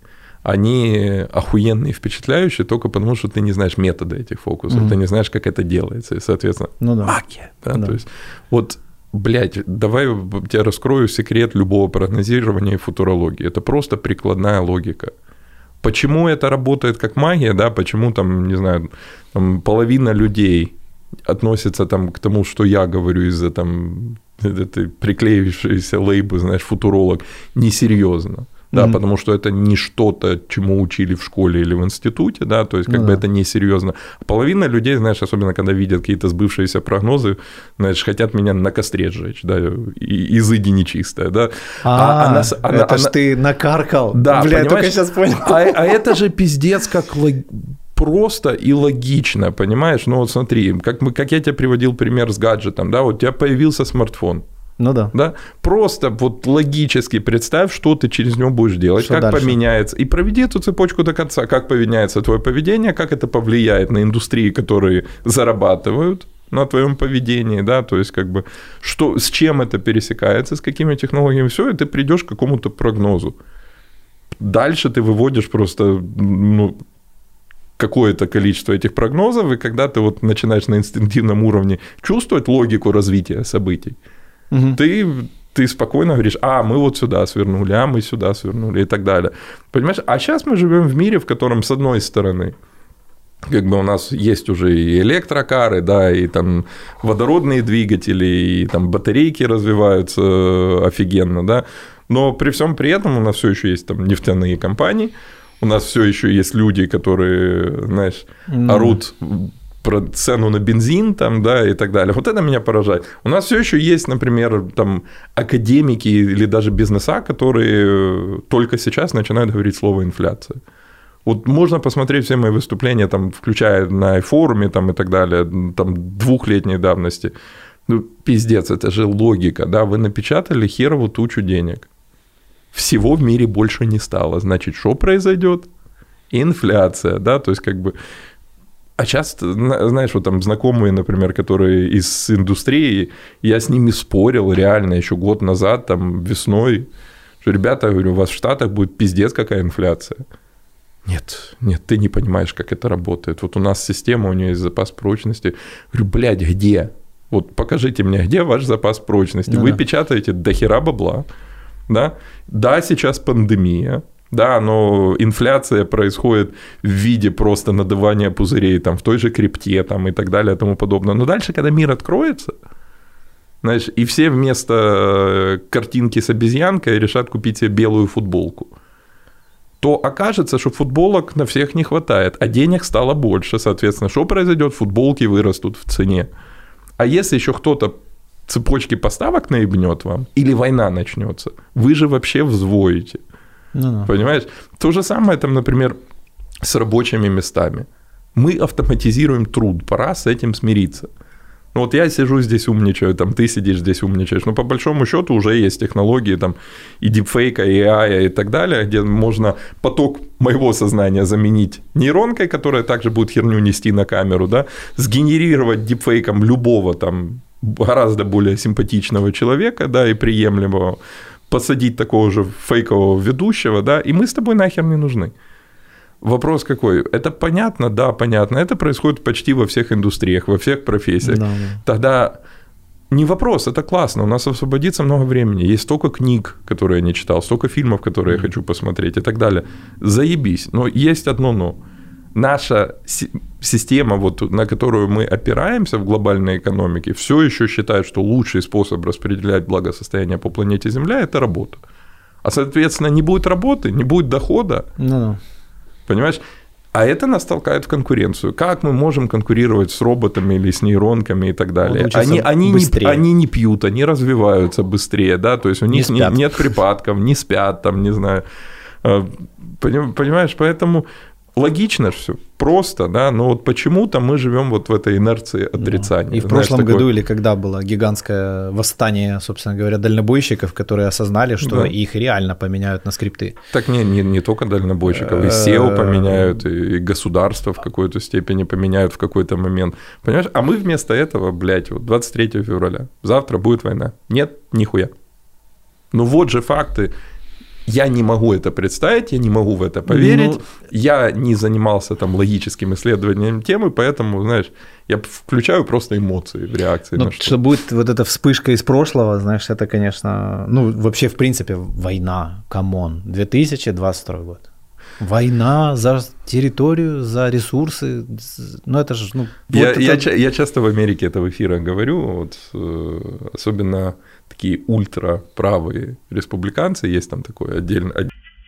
они охуенные и впечатляющие только потому, что ты не знаешь метода этих фокусов, ты не знаешь, как это делается, и, соответственно, магия. Да? То есть, вот, блядь, давай я тебе раскрою секрет любого прогнозирования и футурологии. Это просто прикладная логика. Почему это работает как магия, да, почему там, не знаю, там, половина людей относится там к тому, что я говорю из-за там этой приклеившейся лейбы, знаешь, футуролог, несерьезно. Да, потому что это не что-то, чему учили в школе или в институте, да, то есть как бы это несерьезно. Половина людей, знаешь, особенно когда видят какие-то сбывшиеся прогнозы, знаешь, хотят меня на костре сжечь, да, изыди нечистая, да. Это ж ты накаркал. Да, бля, я только сейчас понял. А это же пиздец как просто и логично, понимаешь? Ну вот смотри, как я тебе приводил пример с гаджетом, да, вот у тебя появился смартфон. Ну да. Просто вот логически представь, что ты через него будешь делать, что как дальше поменяется. И проведи эту цепочку до конца, как поменяется твое поведение, как это повлияет на индустрии, которые зарабатывают на твоем поведении, да, то есть как бы что, с чем это пересекается, с какими технологиями, все, и ты придешь к какому-то прогнозу. Дальше ты выводишь просто, ну, какое-то количество этих прогнозов, и когда ты вот начинаешь на инстинктивном уровне чувствовать логику развития событий, ты спокойно говоришь, мы вот сюда свернули, мы сюда свернули и так далее. Понимаешь? А сейчас мы живем в мире, в котором, с одной стороны, как бы у нас есть уже и электрокары, да, и там водородные двигатели, и там батарейки развиваются офигенно, да, но при всем при этом у нас все еще есть там нефтяные компании, у нас все еще есть люди, которые, знаешь, орут про цену на бензин там, да, и так далее. Вот это меня поражает. У нас все еще есть, например, там академики или даже бизнеса, которые только сейчас начинают говорить слово инфляция. Вот можно посмотреть все мои выступления, там, включая на iForum там, и так далее, там 2-летней давности. Ну, пиздец, это же логика, да, вы напечатали херову тучу денег. Всего в мире больше не стало. Значит, что произойдет? Инфляция, да, то есть как бы... А часто, знаешь, вот там знакомые, например, которые из индустрии, я с ними спорил реально еще год назад, там, весной, что, ребята, я говорю, у вас в Штатах будет пиздец какая инфляция. Нет, ты не понимаешь, как это работает. Вот у нас система, у нее есть запас прочности. Говорю, блядь, где? Вот покажите мне, где ваш запас прочности? Вы печатаете дохера бабла, да? Да, сейчас пандемия, Да, но инфляция происходит в виде просто надувания пузырей там, в той же крипте там, и так далее и тому подобное. Но дальше, когда мир откроется, знаешь, и все вместо картинки с обезьянкой решат купить себе белую футболку, то окажется, что футболок на всех не хватает, а денег стало больше, соответственно, что произойдет? Футболки вырастут в цене. А если еще кто-то цепочки поставок наебнет вам, или война начнется, вы же вообще взвоите. Понимаешь? То же самое, там, например, с рабочими местами. Мы автоматизируем труд, пора с этим смириться. Ну вот я сижу здесь умничаю, там ты сидишь здесь умничаешь, но по большому счету уже есть технологии там и дипфейка, и AI и так далее, где можно поток моего сознания заменить нейронкой, которая также будет херню нести на камеру, да, сгенерировать дипфейком любого там гораздо более симпатичного человека, да, и приемлемого, посадить такого же фейкового ведущего, да, и мы с тобой нахер не нужны. Вопрос какой? Это понятно? Да, понятно. Это происходит почти во всех индустриях, во всех профессиях. Да. Тогда не вопрос, это классно, у нас освободится много времени. Есть столько книг, которые я не читал, столько фильмов, которые я хочу посмотреть и так далее. Заебись. Но есть одно но. Наша система, вот, на которую мы опираемся в глобальной экономике, все еще считает, что лучший способ распределять благосостояние по планете Земля – это работа. А, соответственно, не будет работы, не будет дохода. Понимаешь? А это нас толкает в конкуренцию. Как мы можем конкурировать с роботами или с нейронками и так далее? Они не пьют, они развиваются быстрее, да, то есть у них нет припадков, не спят, там, не знаю. Понимаешь, поэтому логично все, просто, да, но вот почему-то мы живем вот в этой инерции отрицания. И в прошлом году или когда было гигантское восстание, собственно говоря, дальнобойщиков, которые осознали, что их реально поменяют на скрипты. Так не только дальнобойщиков, и SEO поменяют, и государство в какой-то степени поменяют в какой-то момент. Понимаешь? А мы вместо этого, блядь, вот 23 февраля, завтра будет война. Нет, нихуя. Ну вот же факты. Я не могу это представить, я не могу в это поверить, я не занимался там логическим исследованием темы, поэтому, знаешь, я включаю просто эмоции в реакции на что. Что будет вот эта вспышка из прошлого, знаешь, это, конечно, ну, вообще, в принципе, война, камон, 2022 год. Война за территорию, за ресурсы, ну это же... Ну, вот я часто в Америке это в эфирах говорю, вот, особенно такие ультраправые республиканцы, есть там такое отдельная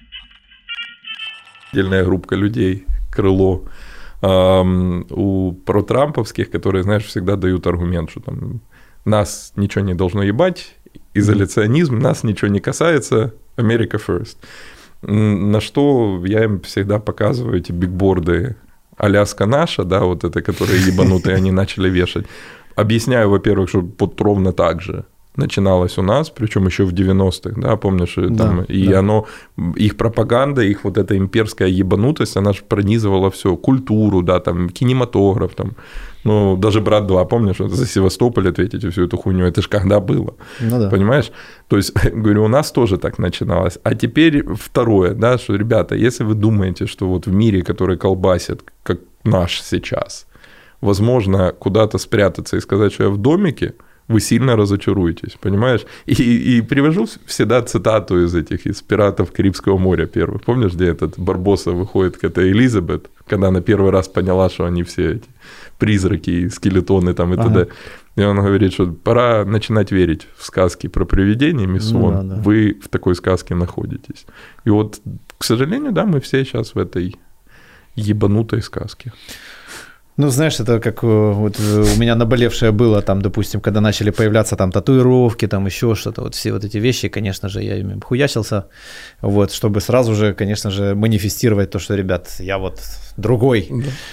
группа людей, крыло, у протрамповских, которые, знаешь, всегда дают аргумент, что там нас ничего не должно ебать, изоляционизм, нас ничего не касается, America first. На что я им всегда показываю эти бигборды «Аляска наша», да, вот это, которые ебанутые они начали вешать. Объясняю, во-первых, что вот ровно так же начиналось у нас, причем еще в 90-х, да, помнишь, там, оно, их пропаганда, их вот эта имперская ебанутость, она же пронизывала все, культуру, да, там, кинематограф, там, ну, даже «Брат 2», помнишь, за Севастополь ответить и всю эту хуйню, это ж когда было, понимаешь? То есть, говорю, у нас тоже так начиналось. А теперь второе, да, что, ребята, если вы думаете, что вот в мире, который колбасит, как наш сейчас, возможно куда-то спрятаться и сказать, что я в домике, вы сильно разочаруетесь, понимаешь? И привожу всегда цитату из «Пиратов Карибского моря» первых. Помнишь, где этот Барбоса выходит к этой Элизабет, когда она первый раз поняла, что они все эти призраки, скелетоны там и т.д. И он говорит, что пора начинать верить в сказки про привидения, миссон. Вы в такой сказке находитесь. И вот, к сожалению, да, мы все сейчас в этой ебанутой сказке. Ну, знаешь, это как вот у меня наболевшее было, там, допустим, когда начали появляться там татуировки, там еще что-то, вот все вот эти вещи, конечно же, я ими хуячился, вот, чтобы сразу же, конечно же, манифестировать то, что, ребят, я вот другой.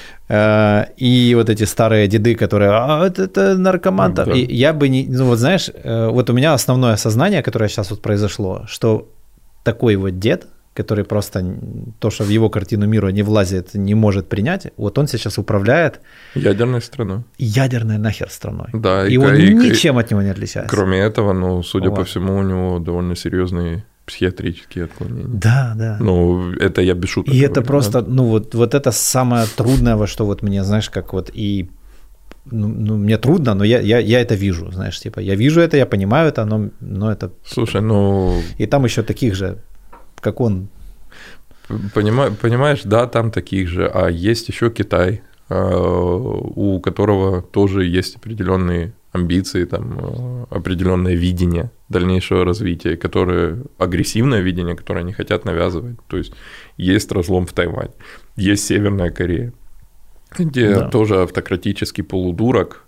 И вот эти старые деды, которые, это наркоман. И я бы не, ну, вот знаешь, вот у меня основное осознание, которое сейчас вот произошло, что такой вот дед, который просто то, что в его картину мира не влазит, не может принять, вот он сейчас управляет... Ядерной страной. Ядерной нахер страной. Да, и он ничем от него не отличается. Кроме этого, ну, судя по всему, у него довольно серьезные психиатрические отклонения. Да. Ну, это я без шуток. И говорю, это просто, ну, вот это самое трудное, во что вот мне, знаешь, как вот и... Ну, мне трудно, но я это вижу, знаешь, типа, я вижу это, я понимаю это, но это... Слушай, ну... И там еще таких же, как он. Понимаешь, да, там таких же, а есть еще Китай, у которого тоже есть определенные амбиции, там, определенное видение дальнейшего развития, агрессивное видение, которое они хотят навязывать. То есть есть разлом в Тайване, есть Северная Корея, где тоже автократический полудурок,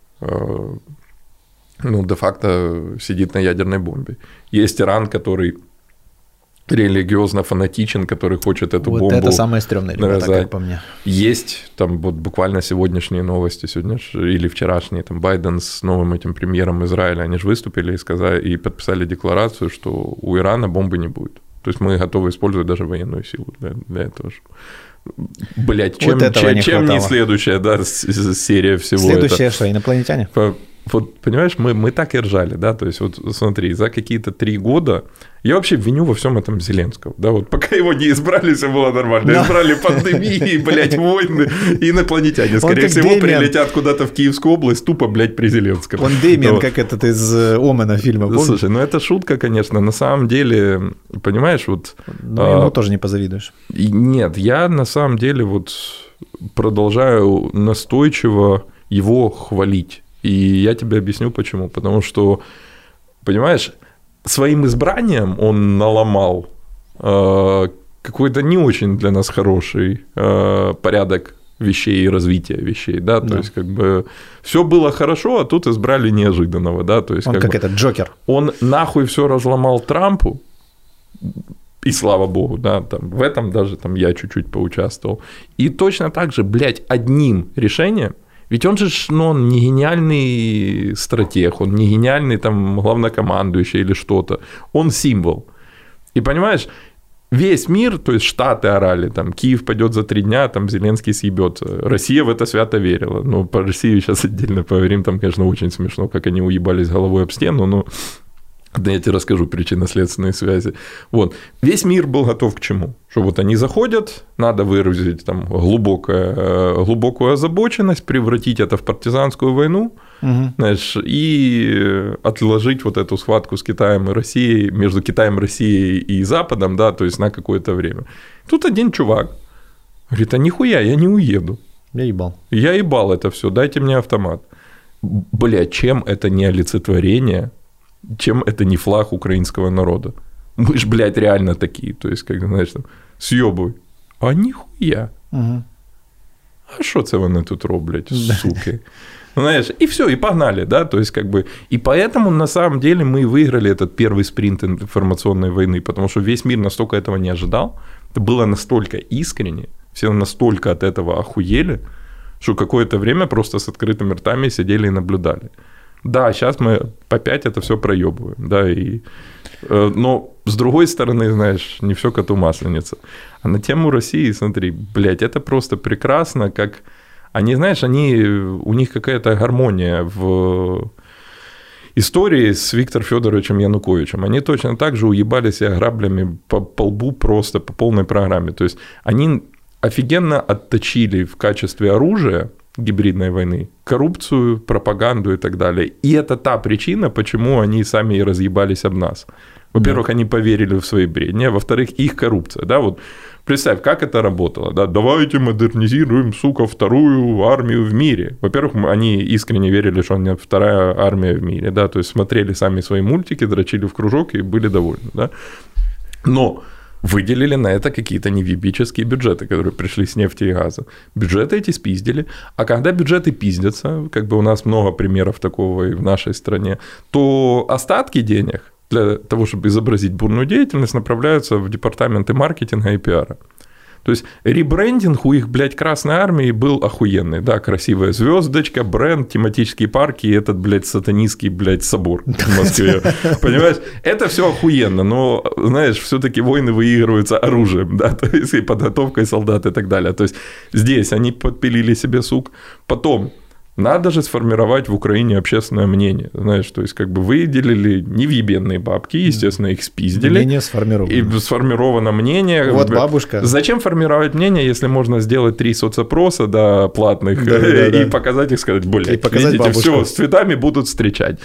де-факто сидит на ядерной бомбе. Есть Иран, который религиозно фанатичен, который хочет эту бомбу это самое стрёмное, ребята, как по мне. Есть там вот буквально сегодняшние новости, или вчерашние, там Байден с новым этим премьером Израиля, они же выступили и подписали декларацию, что у Ирана бомбы не будет. То есть мы готовы использовать даже военную силу для этого. Блять, чем не следующая, серия всего Следующая что, инопланетяне? Вот, понимаешь, мы так и ржали, да, то есть вот смотри, за какие-то 3 года я вообще виню во всем этом Зеленского, да, вот пока его не избрали, все было нормально, избрали пандемии, блядь, войны, инопланетяне, скорее всего, прилетят куда-то в Киевскую область, тупо, блядь, при Зеленском. Он Дэмиан, как этот из Омена фильма, помнишь? Слушай, это шутка, конечно, на самом деле, понимаешь, вот... ему тоже не позавидуешь. Нет, я на самом деле вот продолжаю настойчиво его хвалить. И я тебе объясню почему. Потому что, понимаешь, своим избранием он наломал какой-то не очень для нас хороший порядок вещей и развития вещей, да, то есть как бы все было хорошо, а тут избрали неожиданного, да, то есть он как этот Джокер. Он нахуй все разломал Трампу, и слава богу, да, там, в этом даже там я чуть-чуть поучаствовал. И точно так же, блядь, одним решением. Ведь он же, он не гениальный стратег, он не гениальный там главнокомандующий или что-то, он символ. И понимаешь, весь мир, то есть Штаты орали, там, Киев пойдет за 3 дня, там, Зеленский съебется. Россия в это свято верила. Ну, по России сейчас отдельно поговорим, там, конечно, очень смешно, как они уебались головой об стену, но да я тебе расскажу причинно-следственные связи. Вот. Весь мир был готов к чему? Что вот они заходят, надо выразить там глубокую озабоченность, превратить это в партизанскую войну, знаешь, и отложить вот эту схватку с Китаем и Россией, между Китаем, Россией и Западом, да, то есть на какое-то время. Тут один чувак говорит, а нихуя, я не уеду. Я ебал это все, дайте мне автомат. Бля, чем это не олицетворение, чем это не флаг украинского народа? Мы ж, блядь, реально такие. То есть, как, знаешь, там, съёбуй. А нихуя. А що це вони тут роблять, суки? Знаешь, и все, и погнали, да, то есть, как бы, и поэтому, на самом деле, мы выиграли этот первый спринт информационной войны, потому что весь мир настолько этого не ожидал, это было настолько искренне, все настолько от этого охуели, что какое-то время просто с открытыми ртами сидели и наблюдали. Да, сейчас мы опять это все проебываем, да, но с другой стороны, знаешь, не все коту масленица. А на тему России, смотри, блядь, это просто прекрасно, как они, знаешь, у них какая-то гармония в истории с Виктором Федоровичем Януковичем. Они точно так же уебали себя граблями по лбу просто по полной программе. То есть они офигенно отточили в качестве оружия гибридной войны коррупцию, пропаганду и так далее. И это та причина, почему они сами и разъебались об нас. Во-первых, они поверили в свои бредни, а во-вторых, их коррупция. Да? Вот представь, как это работало. Да? Давайте модернизируем, сука, 2-ю армию в мире. Во-первых, они искренне верили, что они 2-я армия в мире. Да? То есть смотрели сами свои мультики, дрочили в кружок и были довольны. Да? Но выделили на это какие-то невибические бюджеты, которые пришли с нефти и газа. Бюджеты эти спиздили. А когда бюджеты пиздятся, как бы у нас много примеров такого и в нашей стране, то остатки денег для того, чтобы изобразить бурную деятельность, направляются в департаменты маркетинга и пиара. То есть ребрендинг у их, блядь, Красной Армии был охуенный, да, красивая звездочка, бренд, тематические парки и этот, блядь, сатанистский, блядь, собор в Москве, понимаешь? Это все охуенно, но, знаешь, все-таки войны выигрываются оружием, да, то есть и подготовкой солдат и так далее. То есть здесь они подпилили себе сук, потом надо же сформировать в Украине общественное мнение, знаешь, то есть как бы выделили невъебенные бабки, естественно, их спиздили. Мнение сформировано. И сформировано мнение. Вот бабушка. Зачем формировать мнение, если можно сделать 3 соцопроса, да, платных, и показать их, сказать, блядь, видите, все, с цветами будут встречать.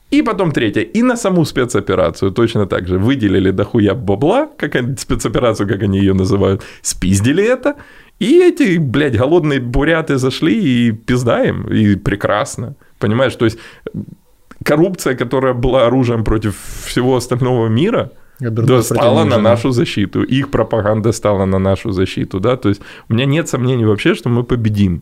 И потом третье. И на саму спецоперацию точно так же. Выделили дохуя бабла, спецоперацию, как они ее называют, спиздили это. И эти, блядь, голодные буряты зашли и пиздаем. И прекрасно. Понимаешь, то есть коррупция, которая была оружием против всего остального мира, стала на нашу защиту. Их пропаганда стала на нашу защиту. Да? То есть у меня нет сомнений вообще, что мы победим.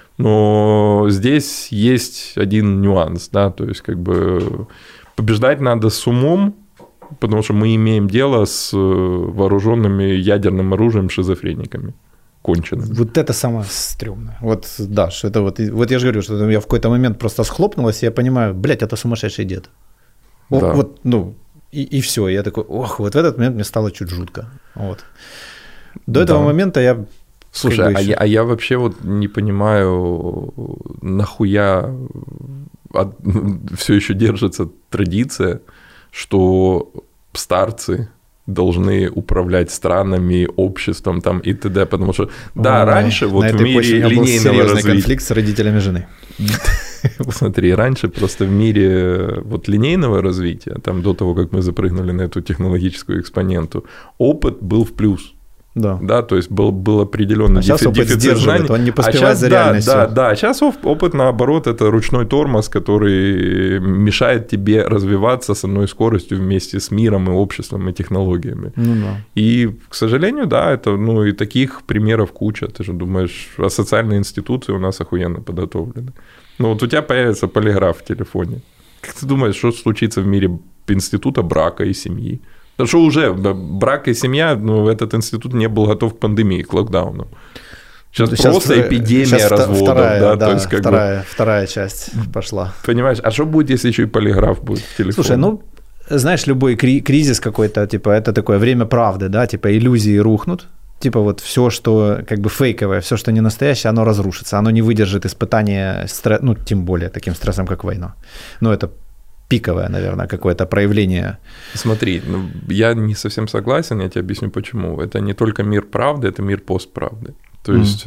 Но здесь есть один нюанс, да, то есть как бы побеждать надо с умом, потому что мы имеем дело с вооруженными ядерным оружием шизофрениками. Кончеными. Вот это самое стрёмное. Вот, да, что это вот я же говорю, что я в какой-то момент просто схлопнулась, и я понимаю, блядь, это сумасшедший дед. Да. Вот, ну, и все. Я такой, ох, вот в этот момент мне стало чуть жутко. Вот. До этого момента я... Слушай, а я вообще вот не понимаю, нахуя все еще держится традиция, что старцы должны управлять странами, обществом там и т.д. Потому что, да, раньше вот в мире линейного развития... конфликт с родителями жены. Смотри, раньше просто в мире вот линейного развития, там до того, как мы запрыгнули на эту технологическую экспоненту, опыт был в плюс. Да, то есть был определенный дефицит знаний. Он не поспевает за реальностью. Да, сейчас опыт, наоборот, это ручной тормоз, который мешает тебе развиваться с одной скоростью вместе с миром и обществом и технологиями. И, к сожалению, да, это, ну, и таких примеров куча. Ты же думаешь, а социальные институции у нас охуенно подготовлены. Ну, вот у тебя появится полиграф в телефоне. Как ты думаешь, что случится в мире института брака и семьи? Потому что уже брак и семья, ну, этот институт не был готов к пандемии, к локдауну. Сейчас просто эпидемия разводов. Вторая часть пошла. Понимаешь, а что будет, если еще и полиграф будет в телефоне? Слушай, ну, знаешь, любой кризис какой-то, типа, это такое время правды, да, типа, иллюзии рухнут. Типа вот все, что как бы фейковое, все, что не настоящее, оно разрушится, оно не выдержит испытания, ну, тем более таким стрессом, как война. Ну, это пиковое, наверное, какое-то проявление. Смотри, я не совсем согласен, я тебе объясню почему. Это не только мир правды, это мир постправды. То есть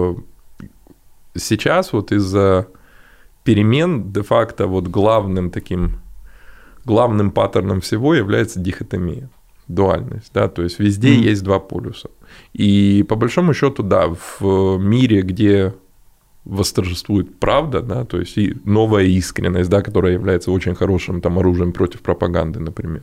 сейчас вот из-за перемен де-факто вот главным паттерном всего является дихотомия, дуальность, да, то есть везде есть два полюса. И по большому счету, да, в мире, где восторжествует правда, да, то есть и новая искренность, да, которая является очень хорошим там оружием против пропаганды, например.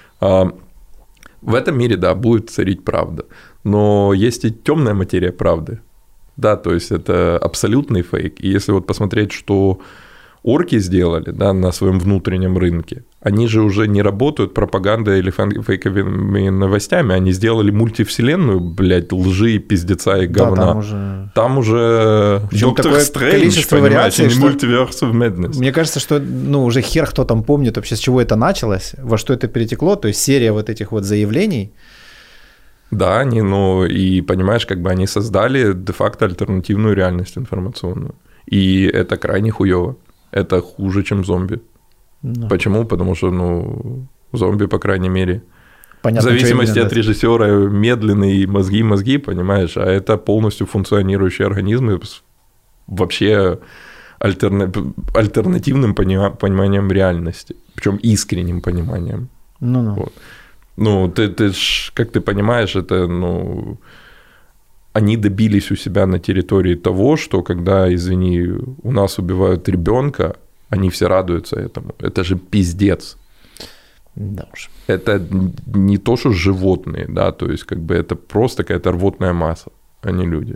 В этом мире, да, будет царить правда, но есть и темная материя правды, да, то есть это абсолютный фейк. И если вот посмотреть, что орки сделали, да, на своем внутреннем рынке, они же уже не работают пропагандой или фейковыми новостями, они сделали мультивселенную, блядь, лжи, пиздеца и говна. Да, там уже Доктор Стрэндж, понимаешь, не Multiverse of Madness. Мне кажется, что, ну, уже хер кто там помнит вообще, с чего это началось, во что это перетекло, то есть серия вот этих вот заявлений. Да, они, ну, и понимаешь, как бы они создали де-факто альтернативную реальность информационную, и это крайне хуёво. Это хуже, чем зомби. Да. Почему? Потому что, ну, зомби, по крайней мере, понятно, в зависимости от режиссера, медленные мозги, понимаешь, а это полностью функционирующие организмы с вообще альтернативным пониманием реальности, причем искренним пониманием. Вот. Ну, ты ж, как ты понимаешь, это, ну, они добились у себя на территории того, что когда, извини, у нас убивают ребенка, они все радуются этому. Это же пиздец. Да уж. Это не то, что животные, да, то есть как бы это просто какая-то рвотная масса, а не люди.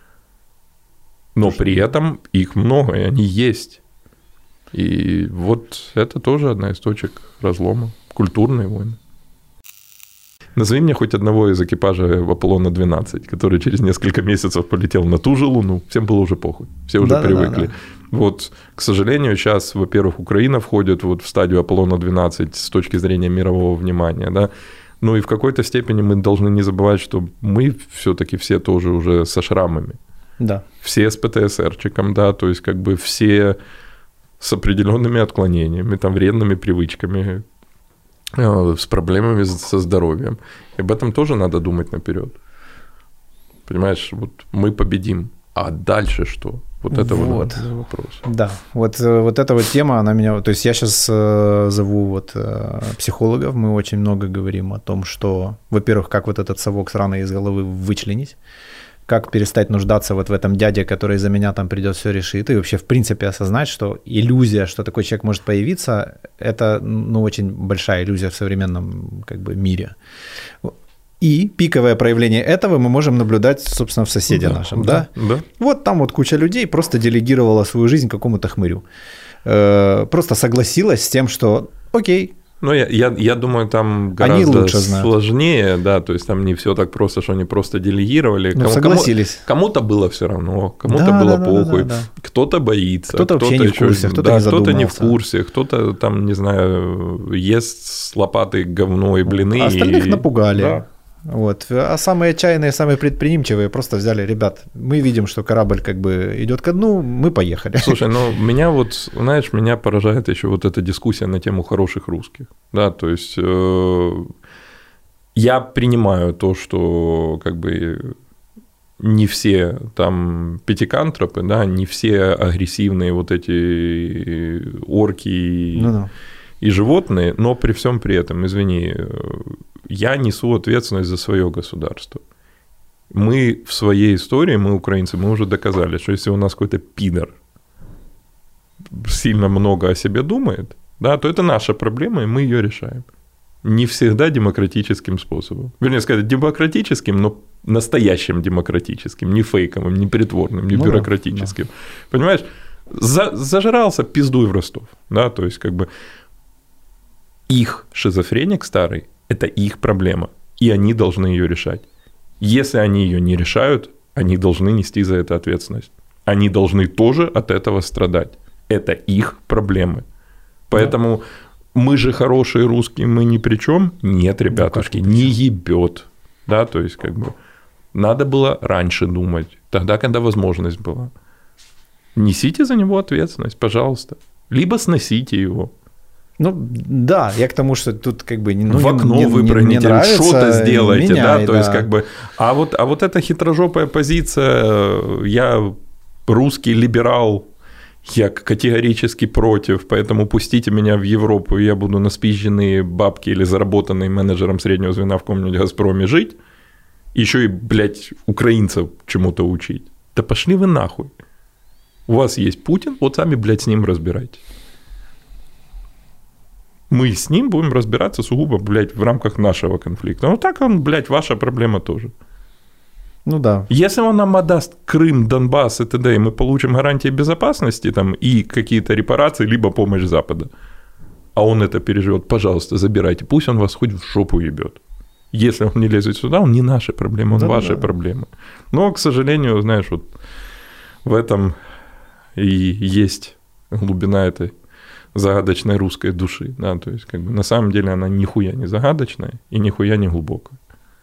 Но при этом их много, и они есть. И вот это тоже одна из точек разлома. Культурные войны. Назови мне хоть одного из экипажа Аполлона-12, который через несколько месяцев полетел на ту же Луну. Всем было уже похуй. Все уже привыкли. Да. Вот, к сожалению, сейчас, во-первых, Украина входит вот в стадию Аполлона-12 с точки зрения мирового внимания, да. Ну и в какой-то степени мы должны не забывать, что мы все-таки все тоже уже со шрамами. Да. Все с ПТСРчиком, да, то есть как бы все с определенными отклонениями, там, вредными привычками, с проблемами со здоровьем. И об этом тоже надо думать наперед. Понимаешь, вот мы победим, а дальше что? Вот это вот вопрос. Да, вот эта вот тема, она меня... То есть я сейчас зову вот психологов, мы очень много говорим о том, что, во-первых, как вот этот совок сраный из головы вычленить, как перестать нуждаться вот в этом дяде, который за меня там придет, все решит, и вообще в принципе осознать, что иллюзия, что такой человек может появиться, это, ну, очень большая иллюзия в современном как бы мире. И пиковое проявление этого мы можем наблюдать, собственно, в соседе нашем, да? Вот там вот куча людей просто делегировала свою жизнь какому-то хмырю. Просто согласилась с тем, что окей. Ну, я думаю, там гораздо сложнее, да, то есть там не все так просто, что они просто делегировали. Ну, согласились. Кому-то было все равно, кому-то было похуй, кто-то боится, кто-то вообще не в курсе, кто-то не задумался. Кто-то не в курсе, кто-то там, не знаю, ест с лопатой говно и блины. А остальных напугали. Да. Вот. А самые отчаянные, самые предприимчивые просто взяли: ребят, мы видим, что корабль как бы идет ко дну, мы поехали. Слушай, ну меня вот, знаешь, меня поражает еще вот эта дискуссия на тему хороших русских. Да, то есть я принимаю то, что как бы не все там пятикантропы, да, не все агрессивные вот эти орки и животные, но при всем при этом, извини, я несу ответственность за свое государство. Мы в своей истории, мы украинцы, мы уже доказали, что если у нас какой-то пидор сильно много о себе думает, да, то это наша проблема, и мы ее решаем. Не всегда демократическим способом. Вернее сказать, демократическим, но настоящим демократическим, не фейковым, не притворным, не бюрократическим. Да. Понимаешь? Зажрался, пиздуй в Ростов. Да, то есть, как бы их шизофреник старый – это их проблема, и они должны ее решать. Если они ее не решают, они должны нести за это ответственность. Они должны тоже от этого страдать. Это их проблемы. Поэтому мы же хорошие русские, мы ни при чем. Нет, ребятушки, не ебет. Да, то есть, как бы, надо было раньше думать, тогда, когда возможность была. Несите за него ответственность, пожалуйста. Либо сносите его. Ну да, я к тому, что тут как бы в окно выпрыгните, что-то сделайте, меняй, да, то есть как бы, а вот эта хитрожопая позиция, я русский либерал, я категорически против, поэтому пустите меня в Европу, и я буду на спизженные бабки или заработанный менеджером среднего звена в каком-нибудь «Газпроме» жить, еще и, блядь, украинцев чему-то учить. Да пошли вы нахуй. У вас есть Путин, вот сами, блядь, с ним разбирайтесь. Мы с ним будем разбираться сугубо, блядь, в рамках нашего конфликта. Ну так он, блядь, ваша проблема тоже. Ну да. Если он нам отдаст Крым, Донбасс и т.д., и мы получим гарантии безопасности там, и какие-то репарации, либо помощь Запада, а он это переживет, пожалуйста, забирайте. Пусть он вас хоть в жопу ебет. Если он не лезет сюда, он не наши проблемы, он ваши проблемы. Но, к сожалению, знаешь, вот в этом и есть глубина этой загадочной русской души, да, то есть как бы на самом деле она нихуя не загадочная и нихуя не глубокая.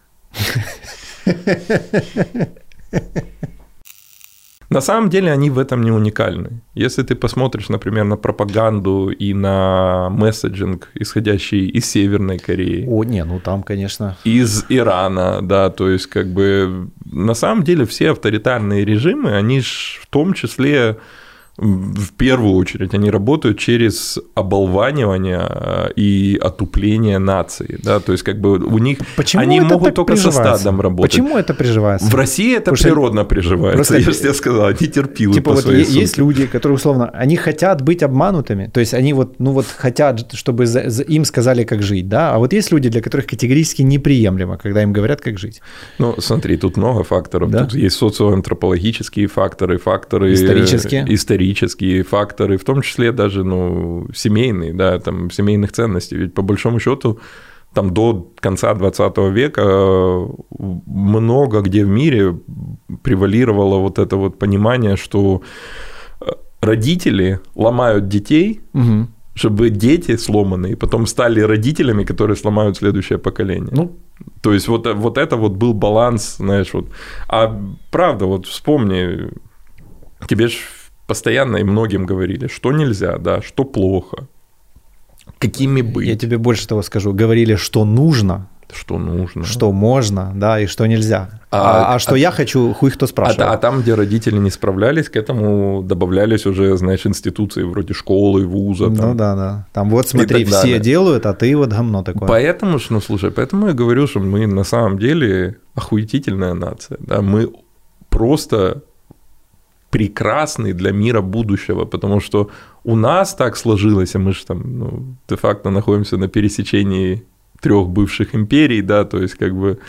На самом деле они в этом не уникальны. Если ты посмотришь, например, на пропаганду и на месседжинг, исходящий из Северной Кореи. Ну там, конечно. Из Ирана, да, то есть как бы на самом деле все авторитарные режимы, они ж в том числе в первую очередь они работают через оболванивание и отупление нации, да, то есть как бы у них они могут только со стадом работать. Почему это приживается? В России это природно приживается, я же тебе сказал, они терпилы типа по вот своей сути. Есть люди, которые условно, они хотят быть обманутыми, то есть они вот, ну вот хотят, чтобы им сказали, как жить, да, а вот есть люди, для которых категорически неприемлемо, когда им говорят, как жить. Ну, смотри, тут много факторов, да? Тут есть социоантропологические факторы, исторические факторы, в том числе даже, ну, семейные, да, там, семейных ценностей. Ведь по большому счету там до конца 20 века много где в мире превалировало вот это вот понимание, что родители ломают детей, чтобы дети сломанные потом стали родителями, которые сломают следующее поколение. Ну, то есть вот это вот был баланс, знаешь, вот. А правда, вот вспомни, тебе же постоянно и многим говорили, что нельзя, да, что плохо, какими быть. Я тебе больше того скажу, говорили, что нужно, что нужно. Что можно, да, и что нельзя. А что я хочу, хуй кто спрашивает. А там, где родители не справлялись, к этому добавлялись уже, знаешь, институции вроде школы, вуза. Там. Ну да. Там вот смотри, все делают, а ты вот говно такое. Поэтому, поэтому я говорю, что мы на самом деле охуительная нация. Да? Мы просто прекрасный для мира будущего, потому что у нас так сложилось, а мы же там де-факто находимся на пересечении 3 бывших империй, да, то есть как бы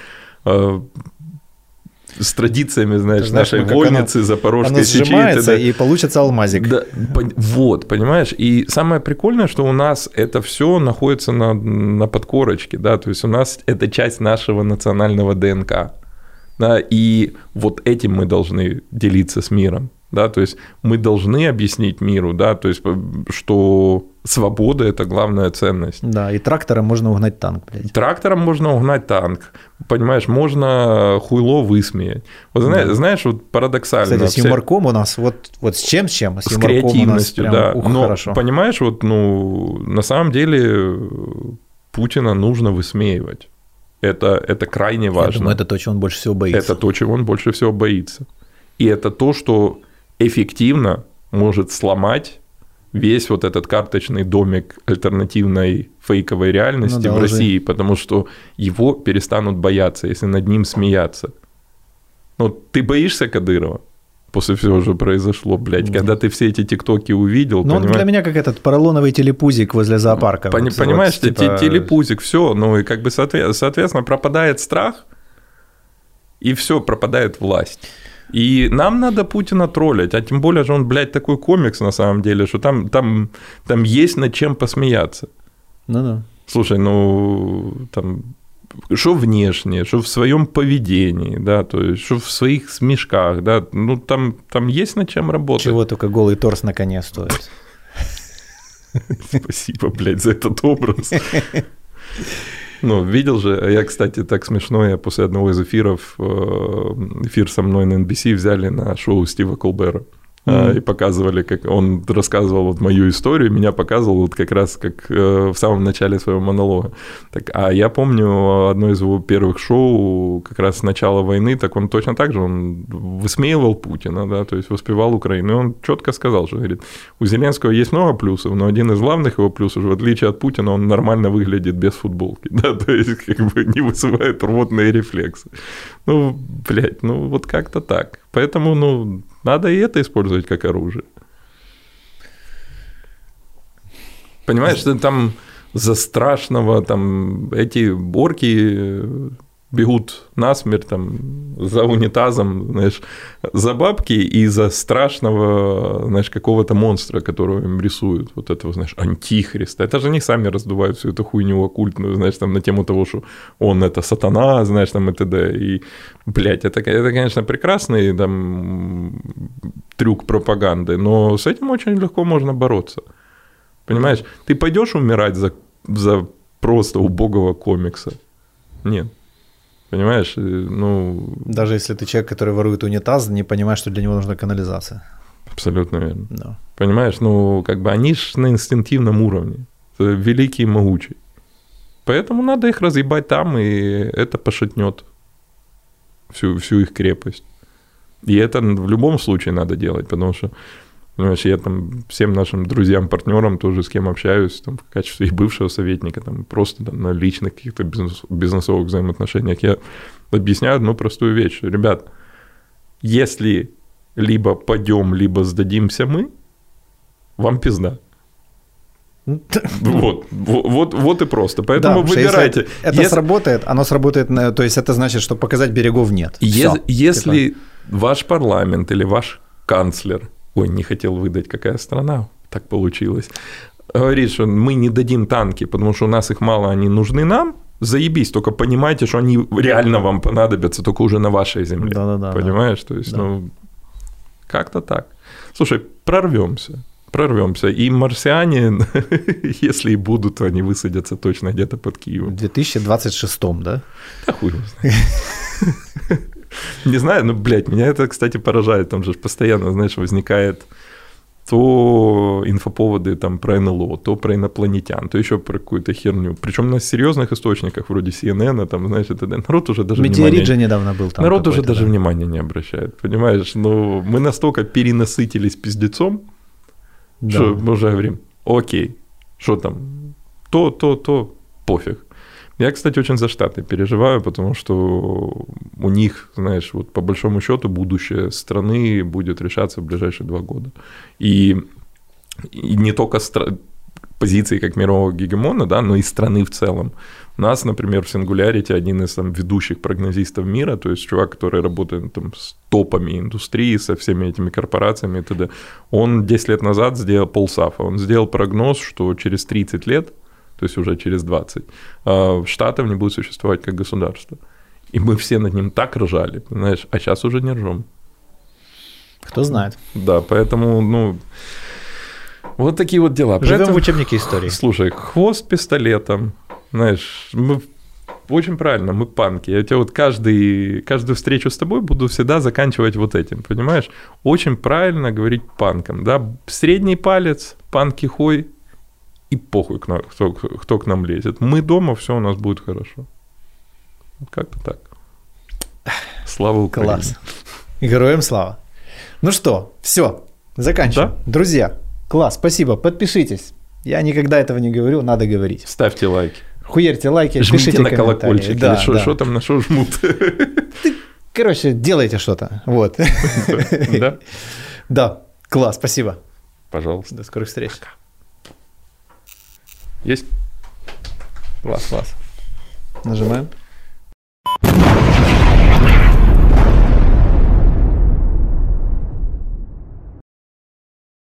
с традициями, знаешь, нашей вольницы, запорожской сечи. Оно сжимается, и получится алмазик. Да, вот, понимаешь, и самое прикольное, что у нас это все находится на подкорочке, да, то есть у нас это часть нашего национального ДНК. Да, и вот этим мы должны делиться с миром, да, то есть мы должны объяснить миру, да, то есть что свобода – это главная ценность. Да, и трактором можно угнать танк, блядь. Трактором можно угнать танк, понимаешь, можно хуйло высмеять. Вот знаешь, вот парадоксально. Кстати, с юморком у нас вот с чем? С креативностью, да. Но, хорошо. Понимаешь, вот, на самом деле Путина нужно высмеивать. Это крайне важно. Я думаю, это то, чего он больше всего боится. Это то, чего он больше всего боится. И это то, что эффективно может сломать весь вот этот карточный домик альтернативной фейковой реальности в России, потому что его перестанут бояться, если над ним смеяться. Ты боишься Кадырова? После всего, что произошло, блядь, когда ты все эти тиктоки увидел. Ну, он для меня как этот поролоновый телепузик возле зоопарка. Понимаешь, вот, типа... телепузик, все, и как бы, соответственно, пропадает страх, и все, пропадает власть. И нам надо Путина троллить, а тем более же он, блядь, такой комикс на самом деле, что там есть над чем посмеяться. Ну да. Слушай, там... Что внешне, что в своем поведении, да, то есть, что в своих смешках, да, там есть над чем работать. Чего только голый торс на коне стоит. Спасибо, блядь, за этот образ. Видел же, я, кстати, так смешно, я после одного из эфиров, эфир со мной на NBC взяли на шоу Стива Колбера. И показывали, как он рассказывал вот мою историю, меня показывал вот как раз как в самом начале своего монолога. Так, а я помню одно из его первых шоу, как раз с начала войны, так он точно так же, он высмеивал Путина, да, то есть воспевал Украину, и он четко сказал, что, говорит, у Зеленского есть много плюсов, но один из главных его плюсов, в отличие от Путина, он нормально выглядит без футболки, да, то есть как бы не вызывает рвотные рефлексы. Блядь, вот как-то так. Поэтому, надо и это использовать как оружие. Понимаешь, что там за страшного, там эти орки бегут насмерть там, за унитазом, знаешь, за бабки и за страшного, знаешь, какого-то монстра, которого им рисуют. Вот этого, знаешь, антихриста. Это же они сами раздувают всю эту хуйню оккультную, знаешь, там на тему того, что он это сатана, знаешь, там и т.д. И, блядь, это, конечно, прекрасный там трюк пропаганды, но с этим очень легко можно бороться. Понимаешь, ты пойдешь умирать за просто убогого комикса? Нет. Понимаешь, Даже если ты человек, который ворует унитаз, не понимаешь, что для него нужна канализация. Абсолютно верно. Да. Понимаешь, как бы они же на инстинктивном уровне, великие и могучие. Поэтому надо их разъебать там, и это пошатнет всю их крепость. И это в любом случае надо делать, потому что, понимаешь, я там всем нашим друзьям, партнерам тоже, с кем общаюсь, там, в качестве их бывшего советника, там, просто там, на личных каких-то бизнесовых взаимоотношениях, я объясняю одну простую вещь. Ребят, если либо пойдем, либо сдадимся мы, вам пизда. Вот и просто. Поэтому выбирайте. Это сработает, оно сработает, то есть это значит, что показать берегов нет. Если ваш парламент или ваш канцлер, не хотел выдать, какая страна, так получилось, говорит, что мы не дадим танки, потому что у нас их мало, они нужны нам, заебись, только понимайте, что они реально вам понадобятся, только уже на вашей земле. Да, понимаешь? То есть, как-то так. Слушай, прорвемся. И марсиане, если и будут, то они высадятся точно где-то под Киевом. В 2026, да? Да хуй его знает. Не знаю, блядь, меня это, кстати, поражает. Там же постоянно, знаешь, возникает то инфоповоды там про НЛО, то про инопланетян, то еще про какую-то херню. Причем на серьезных источниках, вроде CNN, там, знаешь, народ уже даже Метеорит же недавно был там. Народ уже даже внимания не обращает, понимаешь? Ну, мы настолько перенасытились пиздецом, что мы уже говорим, окей, что там, то, пофиг. Я, кстати, очень за Штаты переживаю, потому что у них, знаешь, вот по большому счету будущее страны будет решаться в ближайшие 2 года. И не только позиции как мирового гегемона, да, но и страны в целом. У нас, например, в Singularity один из там ведущих прогнозистов мира, то есть чувак, который работает там с топами индустрии, со всеми этими корпорациями и т.д. Он 10 лет назад сделал полсафа, он сделал прогноз, что через 30 лет, то есть уже через 20, Штатов не будет существовать как государство. И мы все над ним так ржали, знаешь, а сейчас уже не ржем. Кто знает. Да, поэтому, ну, вот такие вот дела. Живем в учебнике истории. Слушай, хвост пистолетом, знаешь, мы очень правильно, мы панки. Я тебя вот каждую встречу с тобой буду всегда заканчивать вот этим, понимаешь? Очень правильно говорить панкам, да, средний палец, панки хой, и похуй, кто к нам лезет. Мы дома, все у нас будет хорошо. Как-то так. Слава Украине. Класс. Героям слава. Ну что, все, заканчиваем. Да? Друзья, класс, спасибо, подпишитесь. Я никогда этого не говорю, надо говорить. Ставьте лайки. Хуерьте лайки, жмите пишите на колокольчик. Да, что там, на что жмут? Короче, делайте что-то. Вот. Да? Да, класс, спасибо. Пожалуйста. До скорых встреч. Пока. Есть? Класс. Нажимаем.